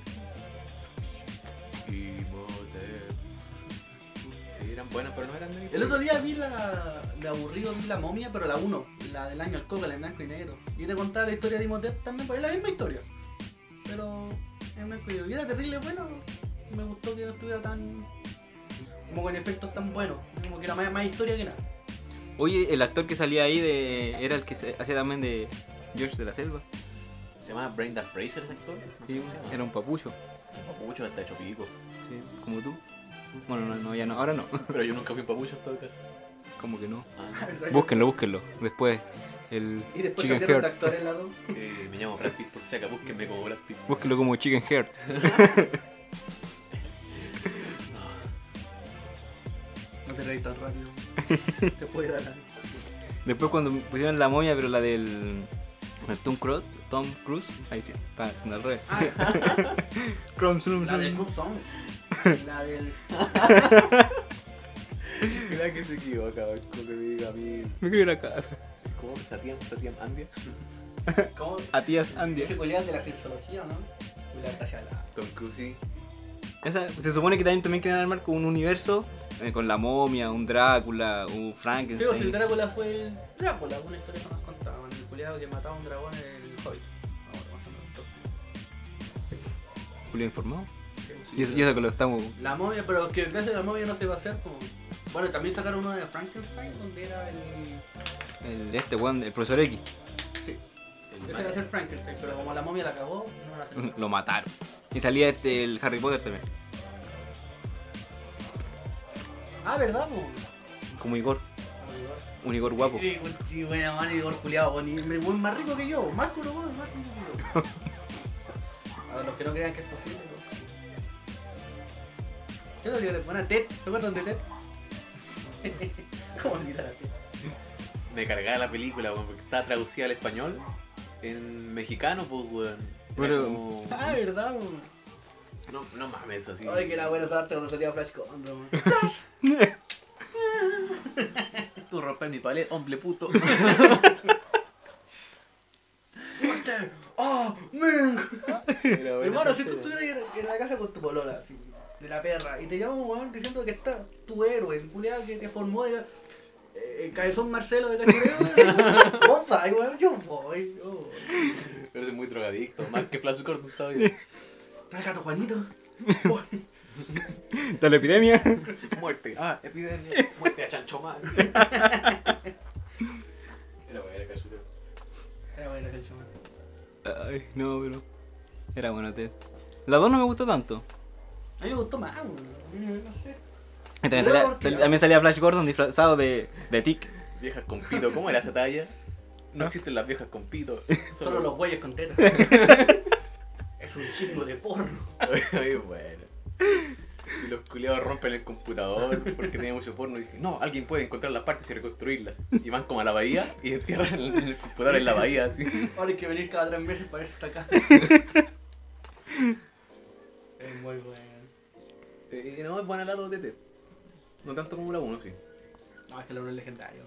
C: Sí, eran buenas, pero no eran de...
B: El otro día vi de aburrido, vi la momia, pero la 1, la del año al coco, la en blanco y negro. Y te contaba la historia de Imhotep también, pues es la misma historia. Pero en blanco y negro. Y era terrible bueno. Me gustó que no estuviera tan. Como con efectos tan buenos. Como que era más historia que nada.
A: Oye, el actor que salía ahí era el que hacía también de George de la Selva.
C: ¿Se llama Brendan Fraser ese actor? No sé
A: Sí,
C: cómo se llama.
A: era un papucho.
C: Un papucho, está hecho pico.
A: Sí, como tú. Bueno, no, ya no, ahora no.
C: Pero yo nunca fui un papucho en todo caso.
A: Como que no.
C: Ah,
A: Búsquenlo. Después, el
B: Y después
A: Chicken
B: cambiaron de
A: Heart.
B: actor en la 2.
C: me llamo Brad Pitt por si acaso, búsquenme como Brad Pitt.
A: Búsquenlo como Chicken Heart.
B: No te reís tan rápido. Te puede dar.
A: Después cuando pusieron la momia, pero la del Tom Cruise, ahí sí, está haciendo al revés.
B: La del Cruzón. La del.
C: Mira que se equivoca, como que me diga a mí.
A: Me quiero ir a casa.
C: ¿Cómo? Satiam Andia.
B: ¿Cómo?
A: A tías Andy.
B: Ese culiado de la sexología, ¿no? Culiado tallada.
C: Tom Cruise, sí.
A: Se supone que también quieren armar con un universo con la momia, un Drácula, un
B: Sí, o si el
A: Frankenstein.
B: Drácula fue el Drácula, una historia que nos contaban. El culiado que mataba a un dragón en el Hobbit. Ahora, más o menos.
A: Julio informado.
B: Sí,
A: Y eso que lo estamos.
B: La momia, pero que gracias a la momia no se va a hacer como. Bueno, también sacaron uno de Frankenstein, donde era el.
A: El profesor X.
B: Sí, ese era ser Frankenstein, pero como la momia la cagó, no la hacen.
A: Lo mataron. Y salía el Harry Potter también.
B: Ah, ¿verdad, po?
A: Como Igor. Un Igor guapo.
B: Sí, buena mano, Igor culiado, buen más rico que yo, más rico que yo. A los que no crean que es posible, ¿no? ¿Qué es lo que le pone a Ted? ¿Se acuerdan de Ted? ¿Cómo olvidar a Ted?
C: Me cargaba la película, weón, porque estaba traducida al español. En mexicano, pues, weón. Era
A: Bueno.
C: como-
B: Ah, ¿verdad, po?
C: No mames, así.
B: Ay, que era bueno esa arte cuando salía Flash Condor, man.
C: Tú rompes mi palet, hombre puto.
B: ¡Muerte! ¡Oh, man!
C: Era buena
B: Hermano,
C: esa
B: si tú
C: escena.
B: estuvieras en la casa con tu polola, así, de la perra, y te llama un weón diciendo que está tu héroe, el culiado que te formó de. El cabezón Marcelo de Cachureo, vos vas, weón, yo voy.
C: Pero es muy drogadicto, más que Flash Gordon todavía.
B: Trae gato Juanito. Voy.
A: De la epidemia.
C: Muerte, epidemia, muerte a Chancho Man. Era buena, cachureo.
B: Era bueno el chaval.
A: Ay, no, pero. Era bueno, Ted. La 2 no me gustó tanto.
B: A mí me gustó más, weón. No sé.
A: Y también
B: Pero
A: salía,
B: porque-
A: también salía Flash Gordon disfrazado de Tic.
C: Viejas con pito, ¿cómo era esa talla? No existen las viejas con pito.
B: Solo los güeyes con tetas. Es un chingo de porno.
C: Muy bueno. Y los culiados rompen el computador porque tenía mucho porno. Y dije, no, alguien puede encontrar las partes y reconstruirlas. Y van como a la bahía y entierran el computador en la bahía. Así.
B: Ahora hay que venir cada 3 meses para esto acá. Es muy bueno.
C: Y no, es buena la 2 de Ted. No tanto como la 1, sí.
B: No, es que el oro es legendario.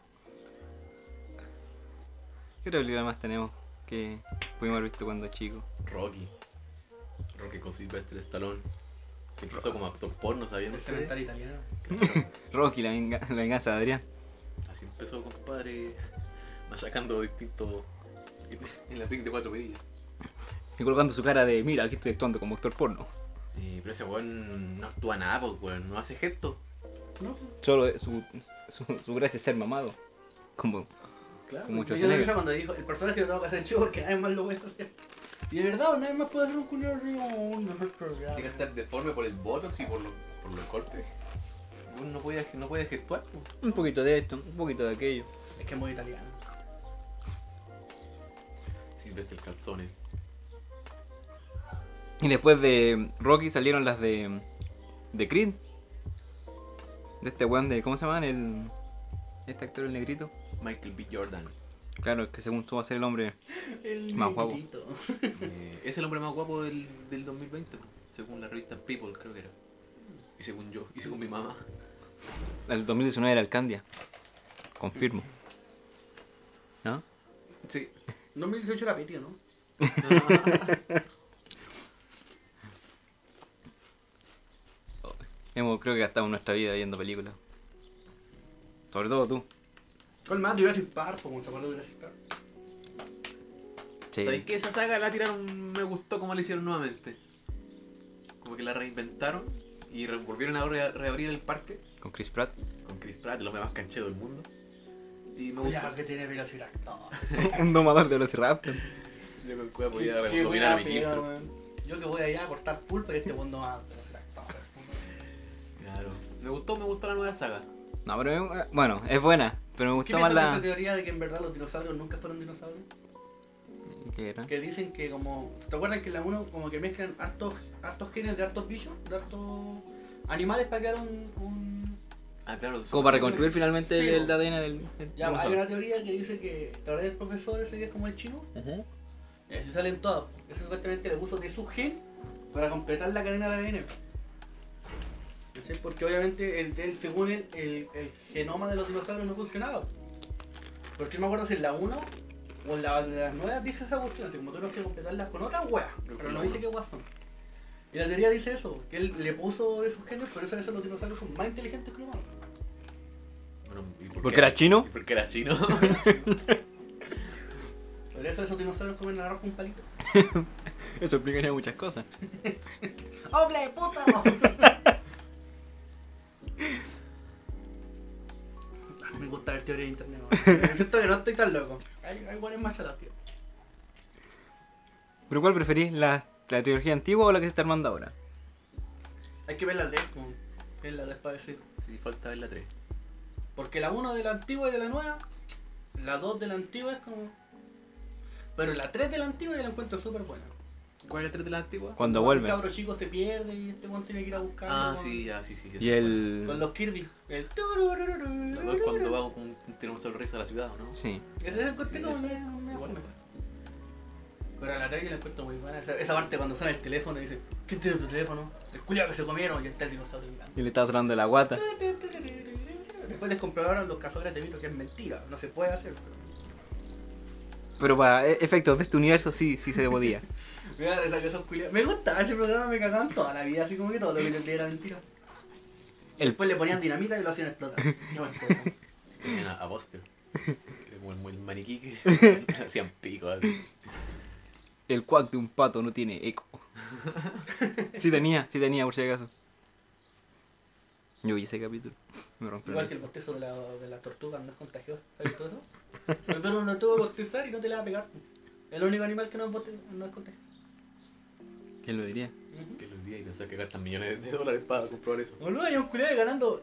A: ¿Qué otra película más tenemos que pudimos haber visto cuando chicos?
C: Rocky. Rocky con Sylvester Stallone. Que empezó como actor porno, ¿sabían
B: El
C: ustedes?
B: cementerio italiano.
A: Rocky, la venganza de Adrián.
C: Así empezó, compadre, machacando distintos en la ring de 4 pedillas.
A: Y colocando su cara de, mira, aquí estoy actuando como actor porno.
C: Pero ese weón no actúa nada, pues weón, no hace gestos.
B: ¿No?
A: Solo su gracia es ser mamado. Como
C: Claro.
A: Como
B: Yo me
A: Schwarzenegger.
B: cuando dijo, el personaje lo tengo que hacer chido porque nadie más lo puede hacer. Y de verdad, nadie más puede hacer un culiao así como un mejor programa.
C: Tiene que estar deforme por el botox y por los golpes. Uno no puede gestuar, pues.
A: un poquito de esto, un poquito de aquello.
B: Es que es muy italiano.
C: Silvestre Calzone.
A: Y después de Rocky salieron las de Creed. De este weón de... ¿Cómo se llama? Este actor, el negrito.
C: Michael B. Jordan.
A: Claro, que según tú va a ser el hombre
B: El
A: más guapo.
B: negrito.
C: Es el hombre más guapo del 2020, según la revista People, creo que era. Y según yo, y según mi mamá.
A: El 2019 era el Candia. Confirmo. ¿No?
C: Sí.
B: 2018 era Petio, ¿no?
A: Creo que gastamos nuestra vida viendo películas. Sobre todo tú.
B: ¿Cuál más? Jurassic Park, como te acuerdas de Jurassic Park.
A: Sí.
C: ¿Sabéis que esa saga la tiraron? Me gustó como la hicieron nuevamente. Como que la reinventaron y volvieron a reabrir el parque
A: Con Chris Pratt.
C: con Chris Pratt, el hombre más canchero del mundo. Y me gustó.
B: Ya, que tiene Velociraptor.
A: Un domador de Velociraptor.
C: Yo con cueva podía
B: Qué
C: dominar a mi
B: buena pega,
C: Quiltro.
B: weón. Yo que voy allá a cortar pulpa y este mundo más Velociraptor.
C: Claro. Me gustó la nueva saga.
A: No, pero bueno, es buena. Pero me
B: ¿Qué
A: gustó más
B: piensas de esa
A: la...
B: teoría de que en verdad los dinosaurios nunca fueron dinosaurios?
A: ¿Qué era?
B: Que dicen que como... ¿Te acuerdas que en la 1 como que mezclan hartos genes de hartos bichos, de hartos animales para crear un...
C: Ah, claro.
A: Como para reconstruir finalmente
B: Sí,
A: el
B: po.
A: ADN del...
B: Ya, hay
A: dinosaurio.
B: una teoría que dice que la verdad el profesor ese que es como el chino,
A: Ujú.
B: se salen todas. Eso supuestamente el uso de su gen para completar la cadena de ADN. ¿Cachai? Porque obviamente según él, el genoma de los dinosaurios no funcionaba. Porque no me acuerdo si en la 1 o en la de las nuevas dice esa cuestión, así como tú tienes que completarlas con otras weas, pero no dice qué weas son. Y la teoría dice eso, que él le puso de sus genes, por eso los dinosaurios son más inteligentes que los humanos.
C: Bueno, ¿y
A: ¿Por qué era chino?
C: ¿Y por qué era chino?
B: Por eso esos dinosaurios comen arroz con un palito.
A: Eso explicaría muchas cosas.
B: ¡Hombre, puto! Me gusta ver teoría de internet. Siento que no estoy tan loco. Hay buenas más chatas, tío.
A: ¿Pero cuál preferís? ¿La trilogía antigua o la que se está armando ahora?
B: Hay que ver la 3, como ver la 3 para decir.
C: Sí, falta ver la 3.
B: Porque la 1 de la antigua y de la nueva, la 2 de la antigua es como... Pero la 3 de la antigua yo la encuentro súper buena.
C: ¿Cuál es el 3 de la antigua?
A: Cuando
B: El
A: vuelve.
B: cabro chico se pierde y este one tiene que ir a buscarlo.
C: Ah,
B: con-
C: sí, ya, sí.
A: Y el...
B: Con los Kirby. El...
C: La 2 cuando va con un solo Rex a la ciudad, ¿o no?
A: Sí.
B: Ese es el costito,
C: Sí,
B: me
C: esa.
B: fome. Pero la 3 yo la encuentro muy buena. Esa parte cuando suena el teléfono y dice, ¿quién tiene tu teléfono? El culiao que se comieron y está el dinosaurio mirando.
A: Y le estaba sonando la guata.
B: Después les comprobaron los cazadores de mitos que es mentira, no se puede hacer.
A: Pero para efectos de este universo sí se podía.
B: Mira, esa que son culiados. Me gustaba ese programa, me cagaban toda la vida, así como que todo lo que les era mentira. Después le ponían dinamita y lo hacían explotar. No me acuerdo.
C: Tenían a Buster. Que era como el maniquí que hacían pico. Así.
A: El cuac de un pato no tiene eco. Sí tenía, por si acaso. Yo vi ese capítulo. Me rompió
B: Igual
A: la-
B: que el bostezo de las tortugas no es contagioso, ¿sabes todo eso? El perro no tuvo que bostezar y no te le va a pegar. Es el único animal que no es contagioso.
A: ¿Quién lo diría?
C: Que los días y pensaba que gastan millones de dólares para comprobar eso.
B: Boludo, hay un culiado ganando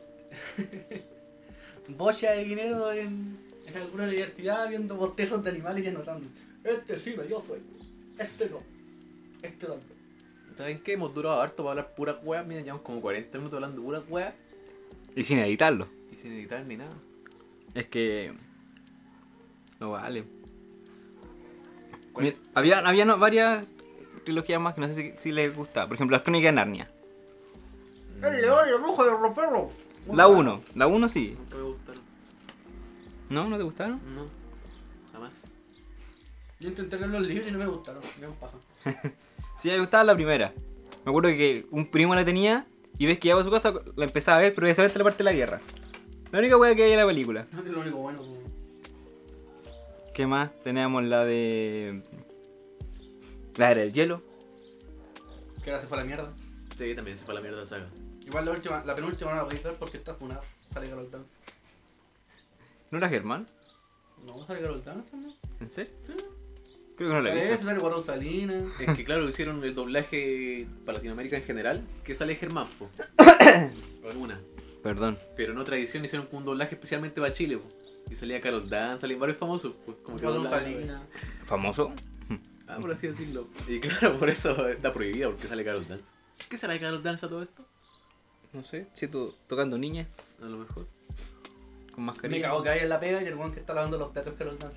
B: bocha de dinero en alguna universidad viendo bostezos de animales y anotando. Este sí me dio sueño. Este no. Este tanto.
C: ¿Saben qué? Hemos durado harto para hablar pura weá. Miren, llevamos como 40 minutos hablando pura weá.
A: Y sin editarlo.
C: Y sin editar ni nada.
A: Es que... No vale.
C: ¿Cuál?
A: Mira, había varias trilogías más que no sé si les gusta. Por ejemplo, las Crónicas de Narnia.
B: El león y el brujo y el ropero.
A: La 1 sí.
C: Nunca me gustaron.
A: ¿No? ¿No te gustaron?
C: No. Jamás.
B: Yo intenté leer los libros y no me gustaron. Me un paja.
A: Sí, me gustaba la primera. Me acuerdo que un primo la tenía y ves que iba a su casa, la empezaba a ver, pero ya sabes la parte de la guerra. La única wea que hay en la película.
B: No es lo único bueno. Como...
A: ¿Qué más? Teníamos la de... La era del hielo.
B: Que ahora se fue a la mierda.
C: Sí, también se fue a la mierda la saga.
B: Igual la penúltima no la podéis ver porque está funada. Sale Carol Dance.
A: ¿No era Germán?
B: No, sale Carol Dance también.
A: ¿En serio? Creo que no la he visto.
B: Sale Guarón Salinas.
C: Es que claro, hicieron el doblaje para Latinoamérica en general, que sale Germán, po. O alguna.
A: Perdón.
C: Pero en otra edición hicieron un doblaje especialmente para Chile, po. Y salía Carol Dance, salían varios famosos, pues, como que
B: Guarón
C: doblaban.
B: Salinas.
A: ¿Famoso?
C: Ah, por así decirlo. Y claro, por eso está prohibida, porque sale Carol Dance. ¿Qué será de Carol Dance a todo esto?
A: No sé, siento tocando niñas
C: A lo mejor.
A: con
B: Me
A: mascarilla.
B: cago que hay en la pega y el weón que está lavando los platos que los danza.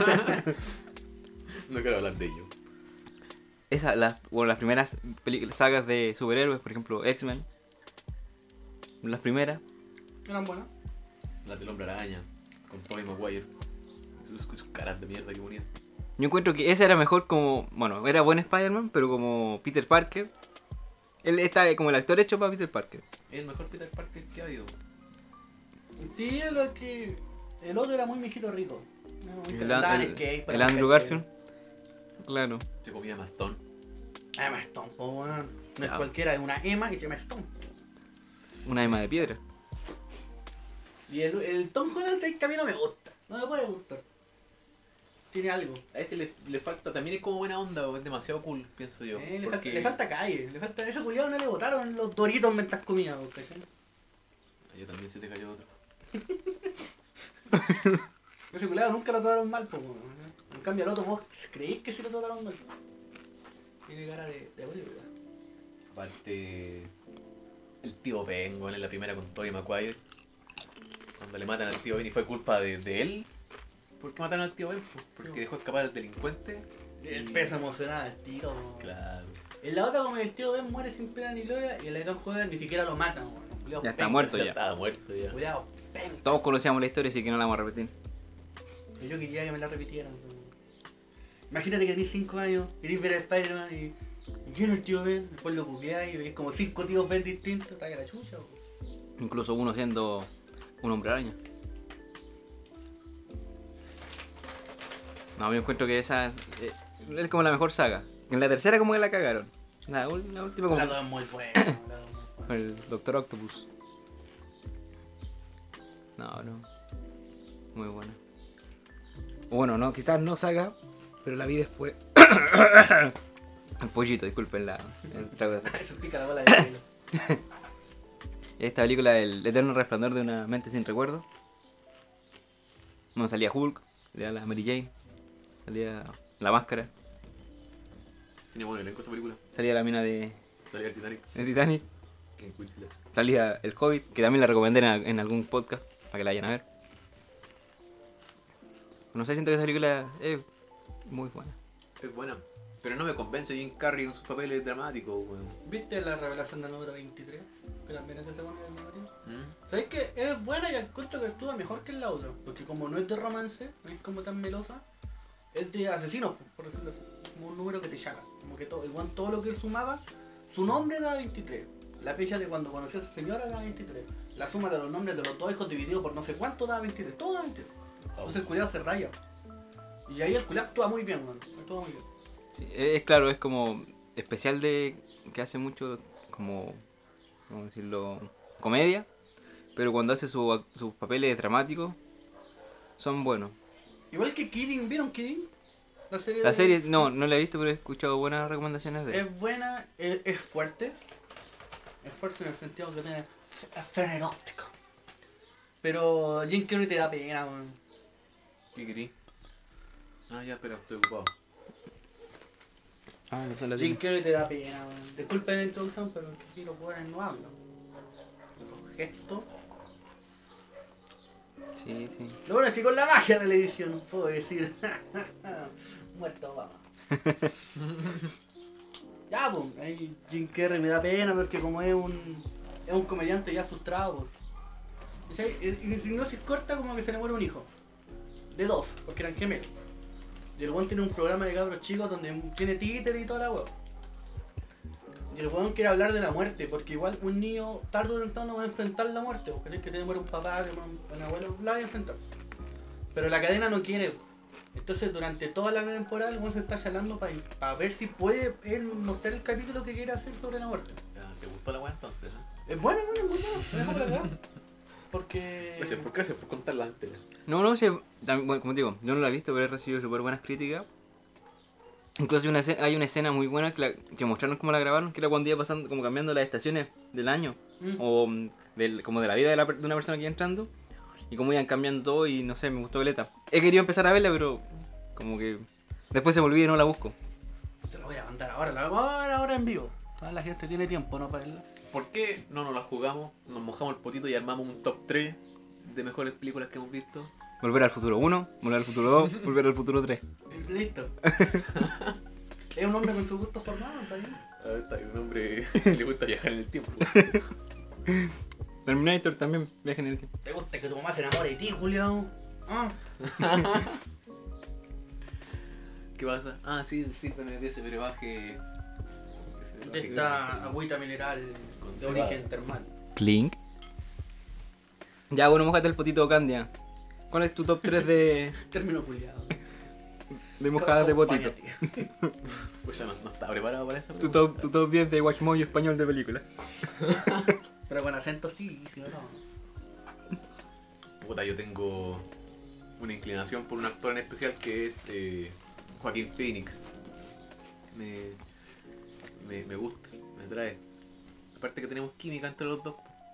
C: No quiero hablar de ello.
A: Las primeras sagas de superhéroes, por ejemplo, X-Men. Las primeras.
B: Eran buenas.
C: La del Hombre Araña, con Tobey Maguire. Sus caras de mierda que ponían.
A: Yo encuentro que ese era mejor como... Bueno, era buen Spider-Man, pero como Peter Parker. Él está como el actor hecho para Peter Parker.
C: Es el mejor Peter Parker que ha habido.
B: Sí, es lo que. El otro era muy mijito rico.
A: El Andrew Garfield. Claro.
C: Se comía Mastón.
B: Emma Stone, po, weón. No es
A: Ya.
B: cualquiera, es una Emma y se llama Stone.
A: Una ema de piedra.
B: Y el Tom Holland es que a mí no me gusta. No me puede gustar. Tiene algo.
C: A ese le falta, también es como buena onda, es demasiado cool, pienso yo.
B: Le falta calle. Le falta. Ese culiado no le botaron los doritos mientras comía, ¿cachai?
C: A ella también se te cayó otro.
B: Ese culiado nunca lo trataron mal, po, weón. En cambio al otro vos creéis que sí lo trataron mal. Tiene cara de Bolívar.
C: Aparte, el tío Ben, bueno, en la primera con Tobey Maguire. Cuando le matan al tío Ben y fue culpa de él. ¿Por qué mataron al tío Ben? Pues porque
B: Sí.
C: dejó escapar al delincuente.
B: El peso emocional, el tío.
C: Claro.
B: En la otra, como el tío Ben muere sin pena ni gloria, y en la de Tom Holland ni siquiera lo matan, weón. Culiao
A: Ya está
B: penca,
A: muerto
C: Ya
A: ya.
C: estaba muerto ya.
B: Culiao penca.
A: Todos conocíamos la historia, así que no la vamos a repetir.
B: Yo quería que me la repitieran. Weón. Imagínate que tenés 5 años, querés ver a Spider-Man y ¿quién es el tío Ben? Después lo googleás y ves como 5 tíos Ben distintos, está que la chucha, weón.
A: Incluso uno siendo un hombre araña. No, yo encuentro que esa es como la mejor saga. En la tercera como que la cagaron. La última como
B: La dos es muy buena, la dos es muy buena.
A: con el Doctor Octopus. No. Muy buena. Bueno, no, quizás no saga, pero la vi después. El pollito, disculpen el trago de-
B: Eso pica la bola de pelo.
A: Esta película, El eterno resplandor de una mente sin recuerdo. Bueno, salía Hulk, salía la Mary Jane, salía la máscara,
C: Tiene buen elenco esa película.
A: salía la mina
C: Salía el Titanic.
A: de Titanic,
C: En Quincy.
A: salía el Hobbit, que también la recomendé en algún podcast para que la vayan a ver. No sé, siento que esa película es muy buena.
C: Es buena. Pero no me convence Jim Carrey con sus papeles dramáticos, weón.
B: ¿Viste la revelación del número 23? Que también es de segunda del narrativo.
C: ¿Mm?
B: ¿Sabes qué? Es buena y encuentro que actúa mejor que en la otra. Porque como no es de romance, no es como tan melosa, es de asesinos, por decirlo así. Como un número que te llaga. Como que igual todo lo que él sumaba, su nombre da 23. La fecha de cuando conoció a su señora da 23. La suma de los nombres de los dos hijos dividido por no sé cuánto da 23. Todo da 23. Entonces el culiado se raya. Y ahí el culiado actúa muy bien, man. Actúa muy bien.
A: Sí, es claro, es como especial de que hace mucho como, ¿cómo decirlo? Comedia, pero cuando hace sus papeles dramáticos son buenos.
B: Igual que Kidding, ¿vieron Kidding? La serie,
A: La serie no la he visto, pero he escuchado buenas recomendaciones de él.
B: es buena, es fuerte. Es fuerte en el sentido que tiene escena erótica. Pero Jim Carrey te da pena, man.
C: ¿Qué querí? Ah, ya, espera, estoy ocupado.
A: Ah, no sé la
B: Jim Carrey te da pena, man. Disculpen la introducción, pero es que aquí los jóvenes no hablan. Esos gestos.
A: Sí.
B: Lo bueno es que con la magia de la edición puedo decir muerto Obama. Ya, pues, ahí Jim Carrey me da pena porque como es un comediante ya frustrado, pues. Y si no se corta como que se le muere un hijo. De dos, porque eran gemelos. Y el weón tiene un programa de cabros chicos donde tiene títere y toda la hueá. Y el weón quiere hablar de la muerte, porque igual un niño tarde o temprano va a enfrentar la muerte, porque tiene que tener un papá, que un abuelo, la va a enfrentar. Pero la cadena no quiere. Entonces durante toda la temporada el weón se está charlando para ver si puede él mostrar el capítulo que quiere hacer sobre la muerte.
C: Ya, ¿te gustó la weá entonces? ¿No?
B: Es bueno, es muy bueno, es mejor acá. Porque...
C: Gracias por contarla antes.
A: No, sí, bueno, como te digo, yo no la he visto, pero he recibido súper buenas críticas. Incluso hay una escena muy buena que mostraron cómo la grabaron, que era cuando iba pasando, como cambiando las estaciones del año, o como de la vida de una persona que iba entrando, y cómo iban cambiando todo, y no sé, me gustó caleta. He querido empezar a verla, pero como que después se me olvida y no la busco.
B: mandar ahora, la vamos a ver ahora en vivo. Toda la gente tiene tiempo, ¿no? Para verla.
C: ¿Por qué no nos la jugamos? Nos mojamos el potito y armamos un top 3 de mejores películas que hemos visto.
A: Volver al futuro 1, Volver al futuro 2, Volver al futuro 3.
B: Listo. Es un hombre con su gusto formado, está bien.
C: A ver, está un hombre que le gusta viajar en el tiempo.
A: Terminator también viaja en el tiempo.
B: ¿Te gusta que tu mamá se enamore de ti, Julio? ¿Ah?
C: ¿Qué pasa? Ah, sí, de ese brebaje.
B: De esta agüita mineral de origen termal.
A: Clink. Ya, bueno, mojate el potito, Candia. ¿Cuál es tu top 3
B: Término culiado.
A: de mojadas de potito?
C: Pues ya no está preparado para eso.
A: Tu top 10 de Watchmojo español de película.
B: Pero con acento sí, sí o no.
C: Puta, yo tengo una inclinación por un actor en especial que es Joaquín Phoenix. Me gusta, me atrae. Aparte que tenemos química entre los dos.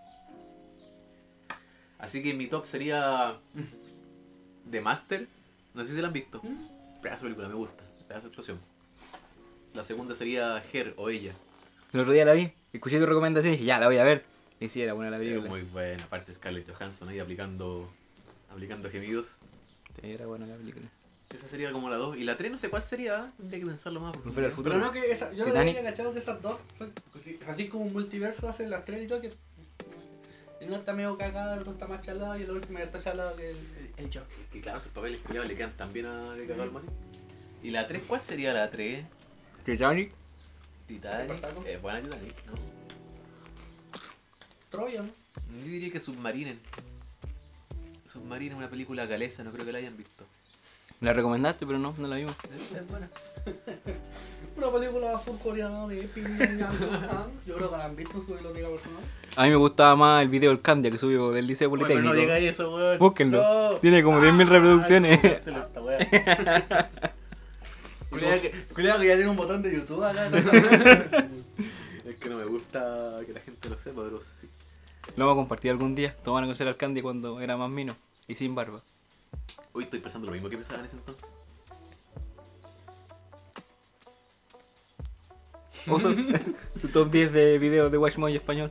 C: Así que mi top sería The Master. No sé si la han visto. Pedazo de película, me gusta. Pedazo de actuación. La segunda sería Her o Ella.
A: El otro día la vi, escuché tu recomendación y dije, ya, la voy a ver. Y sí, era buena la
C: Es
A: película.
C: muy buena. Aparte Scarlett Johansson ahí aplicando gemidos.
A: Sí, era buena la película.
C: Esa sería como la 2. Y la 3 no sé cuál sería. Tendría que pensarlo más. porque-
A: Volver al futuro.
B: Pero no que esa, yo no
A: Titanic.
B: había cachado que esas dos son así como un multiverso hacen las tres Joker. Y uno está medio cagado, el otro está más chalado y el otro está chalado que el Joker.
C: Que claro, esos papeles culiados le quedan tan bien a de cagado al man. ¿Y la 3 cuál sería la 3?
A: Titanic.
C: Titanic.
B: Espartaco.
C: Buena Titanic, ¿no?
B: Troya, ¿no?
C: Yo diría que Submarinen. Submarinen es una película galesa, no creo que la hayan visto.
A: La recomendaste, pero no la vimos.
C: Es buena.
B: Una película surcoreana de Ping Yang Yo creo que la han visto en su biblioteca personal.
A: A mí me gustaba más el video del Candia que subió del Liceo
C: Oye, pero
A: Politécnico.
C: no digáis eso, weón.
A: Búsquenlo.
C: No.
A: Tiene como 10.000 reproducciones.
C: Cáncelo esta weá.
B: Cuidado que ya tiene un botón de YouTube acá.
C: Es que no me gusta que la gente lo sepa, pero sí.
A: Lo vamos a compartir algún día. Todos van a conocer al Candia cuando era más mino y sin barba.
C: Hoy estoy pensando lo mismo que pensaba en ese entonces.
A: Oso, tu top 10 de videos de Watchmojo español.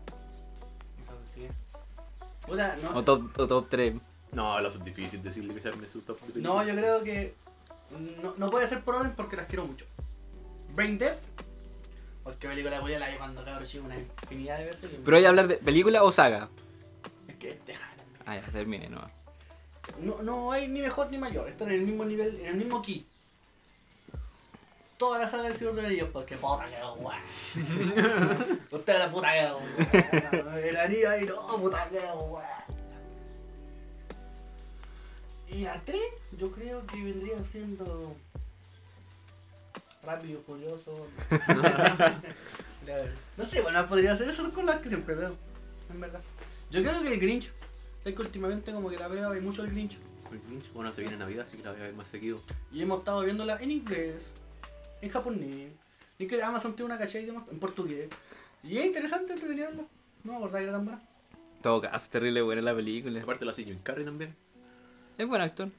B: Puta, no.
A: O top 3.
C: No, lo es difícil decirle que se arme su top de películas.
B: No, yo creo que no puede ser por orden porque las quiero mucho. Brain Dead, porque película culia la vi cuando cabrón chico una infinidad de veces.
A: Pero hay que hablar de película o saga.
B: Es que déjala.
A: Ah, ya, termine, no.
B: No hay ni mejor ni mayor, están en el mismo nivel, en el mismo key. Toda la saga del Señor de los Anillos, porque puta que guay. Usted la puta que guay. El anillo ahí, no, puta que guay. Y la 3, yo creo que vendría siendo Rápido, Furioso. No sé, bueno, podría ser eso con las que siempre veo, en verdad. Yo creo que el Grinch. Es que últimamente como que la veo hay mucho el Grinch.
C: El Grinch, bueno, se viene Navidad, así que la voy a ver más seguido.
B: Y hemos estado viéndola en inglés, en japonés, y que Amazon tiene una cachai en portugués. Y es interesante entretenerla. No me acordaba que era tan buena.
A: En todo caso, terrible buena la película.
C: Aparte lo hace Jim Carrey también.
A: Es buen actor.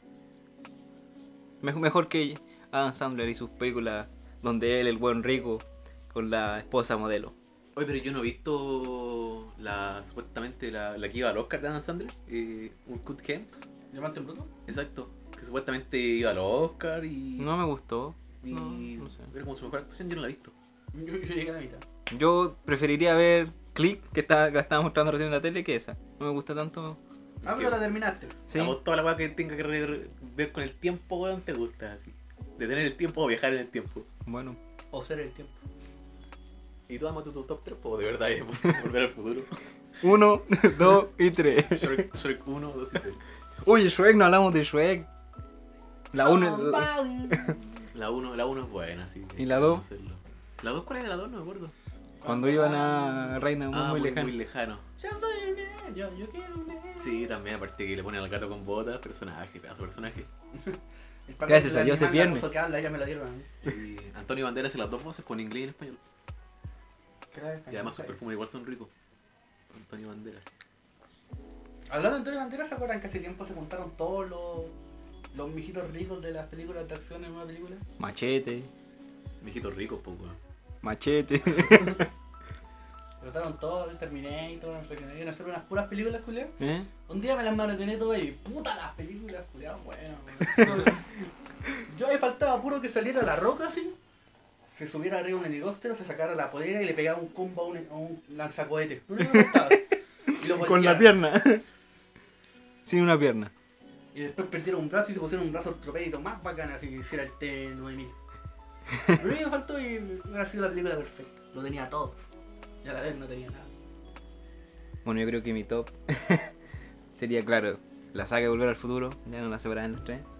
A: Mejor que Adam Sandler y sus películas donde él, el buen rico, con la esposa modelo.
C: Oye, pero yo no he visto supuestamente la que iba al Oscar de Adam Sandler, Uncut Gems.
B: ¿Llamaste en bruto?
C: Exacto. Que supuestamente iba al Oscar y...
A: No me gustó.
C: y
A: no sé.
C: era como su mejor actuación, yo no la he visto.
B: Yo llegué a la mitad.
A: Yo preferiría ver Click, que la estaba mostrando recién en la tele, que esa. No me gusta tanto.
B: Ah, pero la terminaste.
A: Sí.
C: Digamos, toda la weá que tenga que ver con el tiempo, weón, te gusta, así. Detener el tiempo o viajar en el tiempo.
A: Bueno.
B: O ser el tiempo.
C: ¿Y tú amas tu top 3? Pues de verdad es volver al futuro.
A: 1, 2 y 3.
C: Shrek 1, 2 y 3.
A: Uy, Shrek, no hablamos de Shrek. La 1.
C: La 1 es buena, sí.
A: ¿Y la dos?
C: ¿La 2 cuál era la 2? No me acuerdo.
A: Cuando iban a Reina muy lejano.
C: Muy lejano.
B: Yo soy un nene, yo quiero un nene.
C: Sí, también, aparte que le ponen al gato con botas, personaje, pedazo de personaje.
B: El par
A: Gracias
B: de
A: a Dios se
B: animal
A: pierde.
B: lanuso que habla, ya me lo dieron a mí.
C: Y Antonio Banderas hace las dos voces, pone inglés y en español.
B: ¿Qué era?
C: Y además sus perfumes igual son ricos. Antonio Banderas.
B: Hablando de Antonio Banderas, ¿se acuerdan que hace tiempo se juntaron todos los mijitos ricos de las películas de acción en una película?
A: Machete.
C: Viejitos ricos, pues, weón.
A: Machete.
B: Trataron todo, el Terminator, no sé qué, iban a hacer unas puras películas, culiao.
A: ¿Eh?
B: Un día me las maratoné todas y puta las películas, culiao, bueno. Yo ahí faltaba puro que saliera La Roca así, se subiera arriba a un helicóptero, se sacara la polera y le pegaba un combo a un lanzacohete. No me faltaba. Y lo
A: Con la
B: volteara.
A: pierna. Sin una pierna.
B: Y después perdieron un brazo y se pusieron un brazo ortopédico más bacán, así que hiciera el T9000. Lo único que me faltó y hubiera sido la película perfecta. Lo tenía todo. Y a la vez no tenía nada.
A: Bueno, yo creo que mi top sería, claro, la saga de Volver al Futuro, ya no la separaban las tres.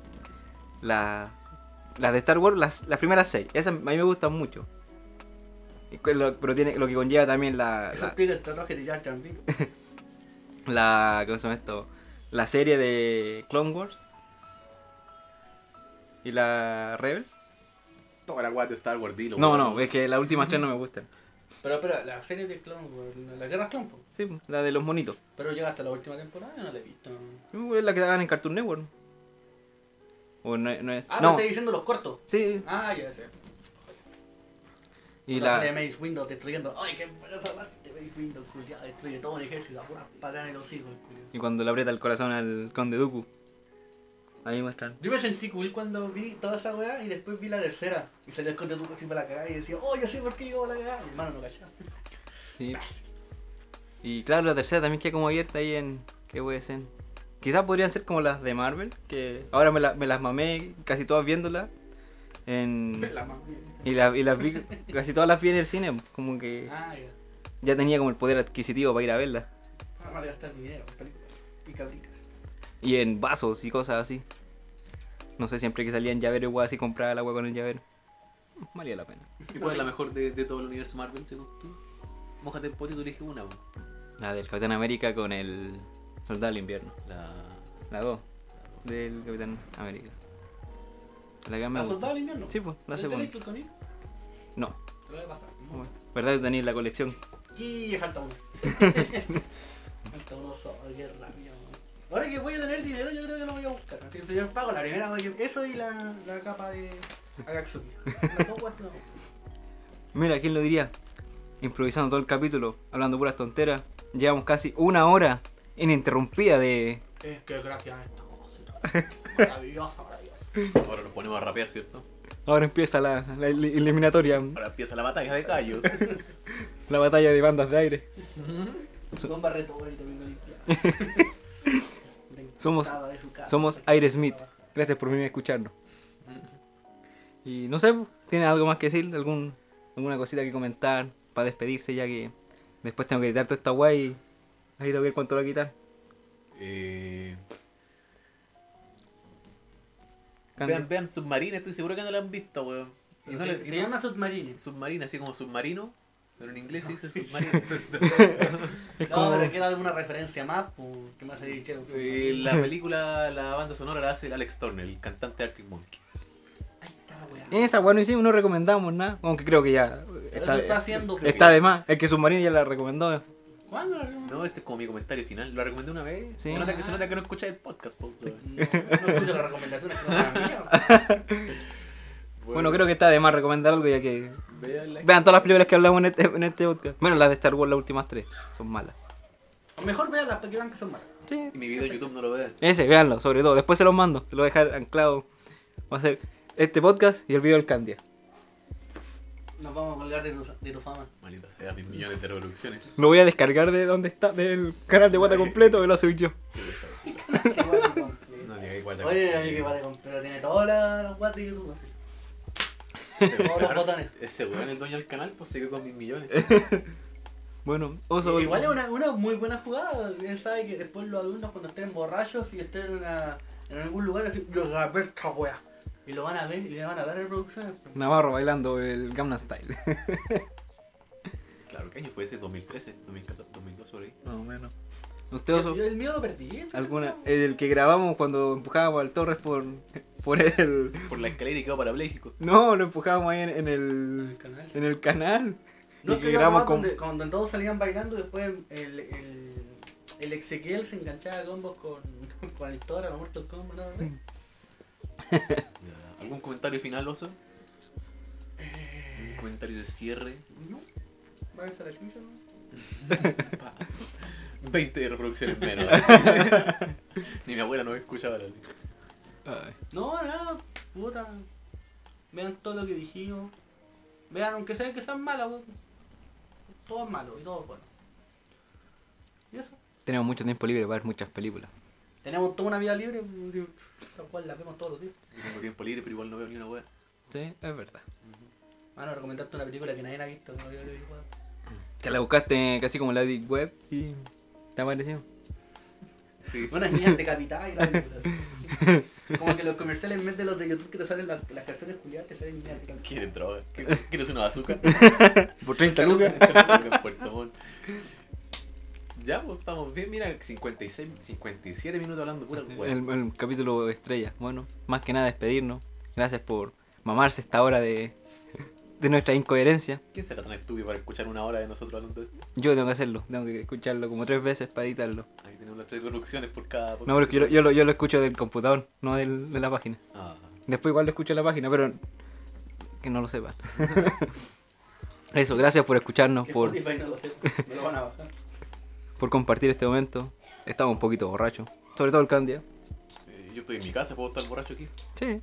A: Las de Star Wars, las primeras 6, esas a mí me gustan mucho. Pero tiene lo que conlleva también
B: Eso explica el tatuaje de Jar Jar Binks.
A: ¿cómo se llama esto? La serie de Clone Wars y la Rebels.
C: Toda la guay de Star Wars, dilo.
A: No,
C: weón.
A: no, es que las últimas tres no me gustan.
B: Pero espera, la serie de Clone Wars, las guerras Clone, po.
A: Sí, la de los monitos.
B: Pero llega hasta la última temporada y no la he visto.
A: Es la que daban en Cartoon Network. O no, no es.
B: Ah,
A: no,
B: me estoy diciendo los cortos.
A: sí.
B: Ah, ya sé.
A: Y
B: la
A: la.
B: de Mace Window destruyendo. Ay, qué buena esa parte. Mace Window, culiado, destruye todo un ejército. Pura pagana en los hijos, culiado.
A: Y cuando le aprieta el corazón al Conde Dooku. Ahí muestran.
B: Yo me sentí cool cuando vi toda esa weá y después vi la tercera. Y salió el Conde Duque así para la cagada y decía, oh, yo sé por qué llegó a la cagada. Mi hermano no cachaba.
A: Sí. Y claro, la tercera también queda como abierta ahí en. ¿Qué puede ser? Quizás podrían ser como las de Marvel, que ahora me las mamé casi todas viéndolas.
B: La mami.
A: Y las vi, casi todas las vi en el cine, como que
B: Ah, ya.
A: ya tenía como el poder adquisitivo para ir a verlas.
B: Vamos a gastar mi dinero en películas y cabritas.
A: Y en vasos y cosas así. No sé, siempre que salían llavero igual así compraba el agua con el llavero. Valía la pena.
C: ¿Y cuál es la mejor de todo el universo Marvel, según tú? Mójate en potito y elige una, weón.
A: La del Capitán América con el Soldado del Invierno. La 2 del Capitán América. La que más me
B: ¿La
A: gusta.
B: soldado del invierno?
A: Sí, pues, la
B: ¿Te
A: segunda.
B: leíste el conillo?
A: No.
B: Te lo voy a pasar.
A: ¿Verdad que tenéis la colección?
B: Y falta uno. Falta uno solo, qué rabia. Ahora que voy a tener dinero, yo creo que lo voy a buscar. Así que yo pago la primera, eso y la capa de Akatsuki. Las dos weas no.
A: Mira, ¿quién lo diría? Improvisando todo el capítulo, hablando puras tonteras. Llevamos casi una hora ininterrumpida de...
B: Es que gracias a esta cosa. Maravillosa, maravillosa.
C: Ahora nos ponemos a rapear, ¿cierto?
A: Ahora empieza la eliminatoria,
C: Ahora empieza la batalla de gallos.
A: la batalla de bandas de aire.
B: Bomba retórica, vengo limpiada.
A: Somos-
B: Encantada de su casa.
A: Somos Aerosmith. Gracias por venir a escucharnos. Y no sé, ¿tiene algo más que decir? ¿Alguna cosita que comentar para despedirse ya que después tengo que editar toda esta guay y ahí tengo que ver cuánto lo voy a quitar?
C: Vean Submarina, estoy seguro que no la han visto, weón. Y no le-
B: Se llama Submarine.
C: Submarina, así como submarino, pero en inglés se dice submarino.
A: Es
B: No,
A: como...
B: pero quiero alguna referencia más, pues, que me hace dicho.
C: La película, la banda sonora la hace Alex Turner, el cantante de Arctic Monkey.
B: Ahí está la weá.
A: Esa weá no hicimos, no recomendamos nada. Aunque creo que ya
B: Pero eso está haciendo.
A: está de más. Es que Submarino ya la recomendó.
B: ¿Cuándo la
C: No, este es como mi comentario final. Lo recomendé una vez.
A: Sí.
C: Se nota que no escuchas el podcast, po, weón.
B: No escucho las recomendaciones, que no son las mías.
A: Bueno, creo que está de más recomendar algo ya que...
C: Véanla.
A: Vean todas las películas que hablamos en este podcast. Menos las de Star Wars, las últimas 3. Son malas.
B: O mejor vean las que vean que son malas.
A: Sí.
C: Y mi video de YouTube no lo vean.
A: Ese, véanlo, sobre todo. Después se los mando. Se lo voy a dejar anclado. Va a ser este podcast y el video del Candia.
B: Nos vamos a colgar de tu fama.
C: Malita sea, mis millones de reproducciones.
A: Lo voy a descargar de donde está, del canal de Guata completo, que lo soy yo.
B: Qué guate completo.
C: No digáis igual de
B: Oye, a mí que guate completo. Tiene todos los guates de YouTube. Todos los botones.
C: Ese weón, el dueño del canal, pues se quedó con mis millones.
A: Bueno, Oso.
B: Igual es una muy buena jugada. Él sabe que después los alumnos cuando estén borrachos y estén en algún lugar así, yo grabé esta wea. Y lo van a ver y le van a dar reproducciones.
A: Navarro bailando el Gangnam Style.
C: Claro, ¿qué año fue ese? ¿2013? ¿2014? ¿2002 por ahí?
A: Más o menos. ¿Usted, Oso?
B: Yo el mío lo perdí.
A: ¿Alguna? El que grabamos cuando empujábamos al Torres por el...
C: Por la escalera y quedó parapléjico.
A: No, lo empujábamos ahí en
B: El
A: el...
B: canal.
A: En el canal.
B: No,
A: Y
B: es
A: que
B: que yo
A: grabamos
B: grababa
A: con...
B: cuando todos salían bailando y después el Ezequiel se enganchaba a combos con el Tora, la Mortal Kombat, ¿no?
C: Ya. ¿Algún comentario final, Oso? comentario de cierre.
B: No, váyanse a la chucha, ¿no?
C: 20 reproducciones menos. Ni mi abuela nos escucha ahora. Así.
A: Ay.
B: No, nada, puta. Vean todo lo que dijimos. Vean, aunque sean malas, weón. Todo es malo y todo es bueno. ¿Y eso?
A: Tenemos mucho tiempo libre para ver muchas películas.
B: Tenemos toda una vida libre, la cual la vemos todos los días.
C: Yo tengo tiempo libre, pero igual no veo ni una wea.
A: Sí, es verdad.
B: Mano, recomendaste una película que nadie ha visto, que no había visto.
A: Que la buscaste casi como la Deep Web y te ha parecido.
C: Sí.
B: Unas niñas decapitadas y la película. Como que los comerciales en vez de los de YouTube que te salen las canciones culiadas, te salen niñas decapitadas.
C: ¿Quieres droga? ¿Quieres una bazooka?
A: Por 30 lucas.
C: En Puerto Montt. Ya, pues estamos bien. Mira, 57 minutos hablando pura wea.
A: El capítulo estrella. Bueno, más que nada despedirnos. Gracias por mamarse esta hora de nuestra incoherencia.
C: ¿Quién será tan estúpido para escuchar una hora de nosotros hablando de esto?
A: Yo tengo que hacerlo. Tengo que escucharlo como 3 veces para editarlo.
C: Ahí tenemos las 3 reproducciones por cada...
A: No, porque yo lo escucho del computador, no de la página.
C: Ah,
A: Después igual lo escucho en la página, pero que no lo sepan. Eso, gracias por escucharnos,
B: Que
A: por
B: Spotify no lo sé, me lo van a bajar.
A: compartir este momento. Estamos un poquito borrachos, sobre todo el Candia.
C: yo estoy en mi casa, ¿puedo estar borracho aquí?
A: Sí.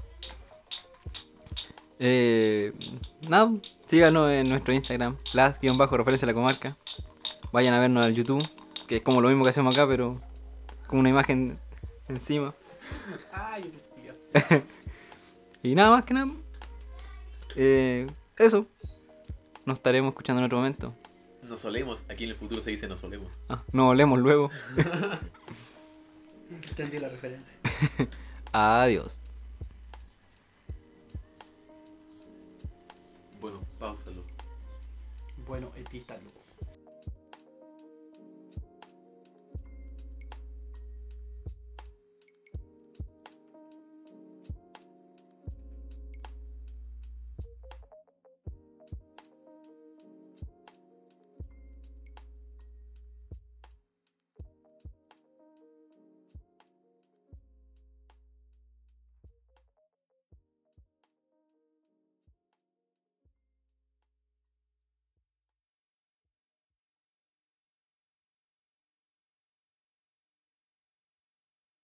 A: Nada, síganos en nuestro Instagram, las_referencia a la comarca. Vayan a vernos al YouTube, que es como lo mismo que hacemos acá, pero con una imagen encima.
B: Ay, yo te explico.
A: Y nada más que nada. Eso. Nos estaremos escuchando en otro momento.
C: Nos solemos, aquí en el futuro se dice nos solemos.
A: Nos olemos luego.
B: Entendí la referencia.
A: Adiós.
C: Bueno, pausalo.
B: Bueno, edítalo.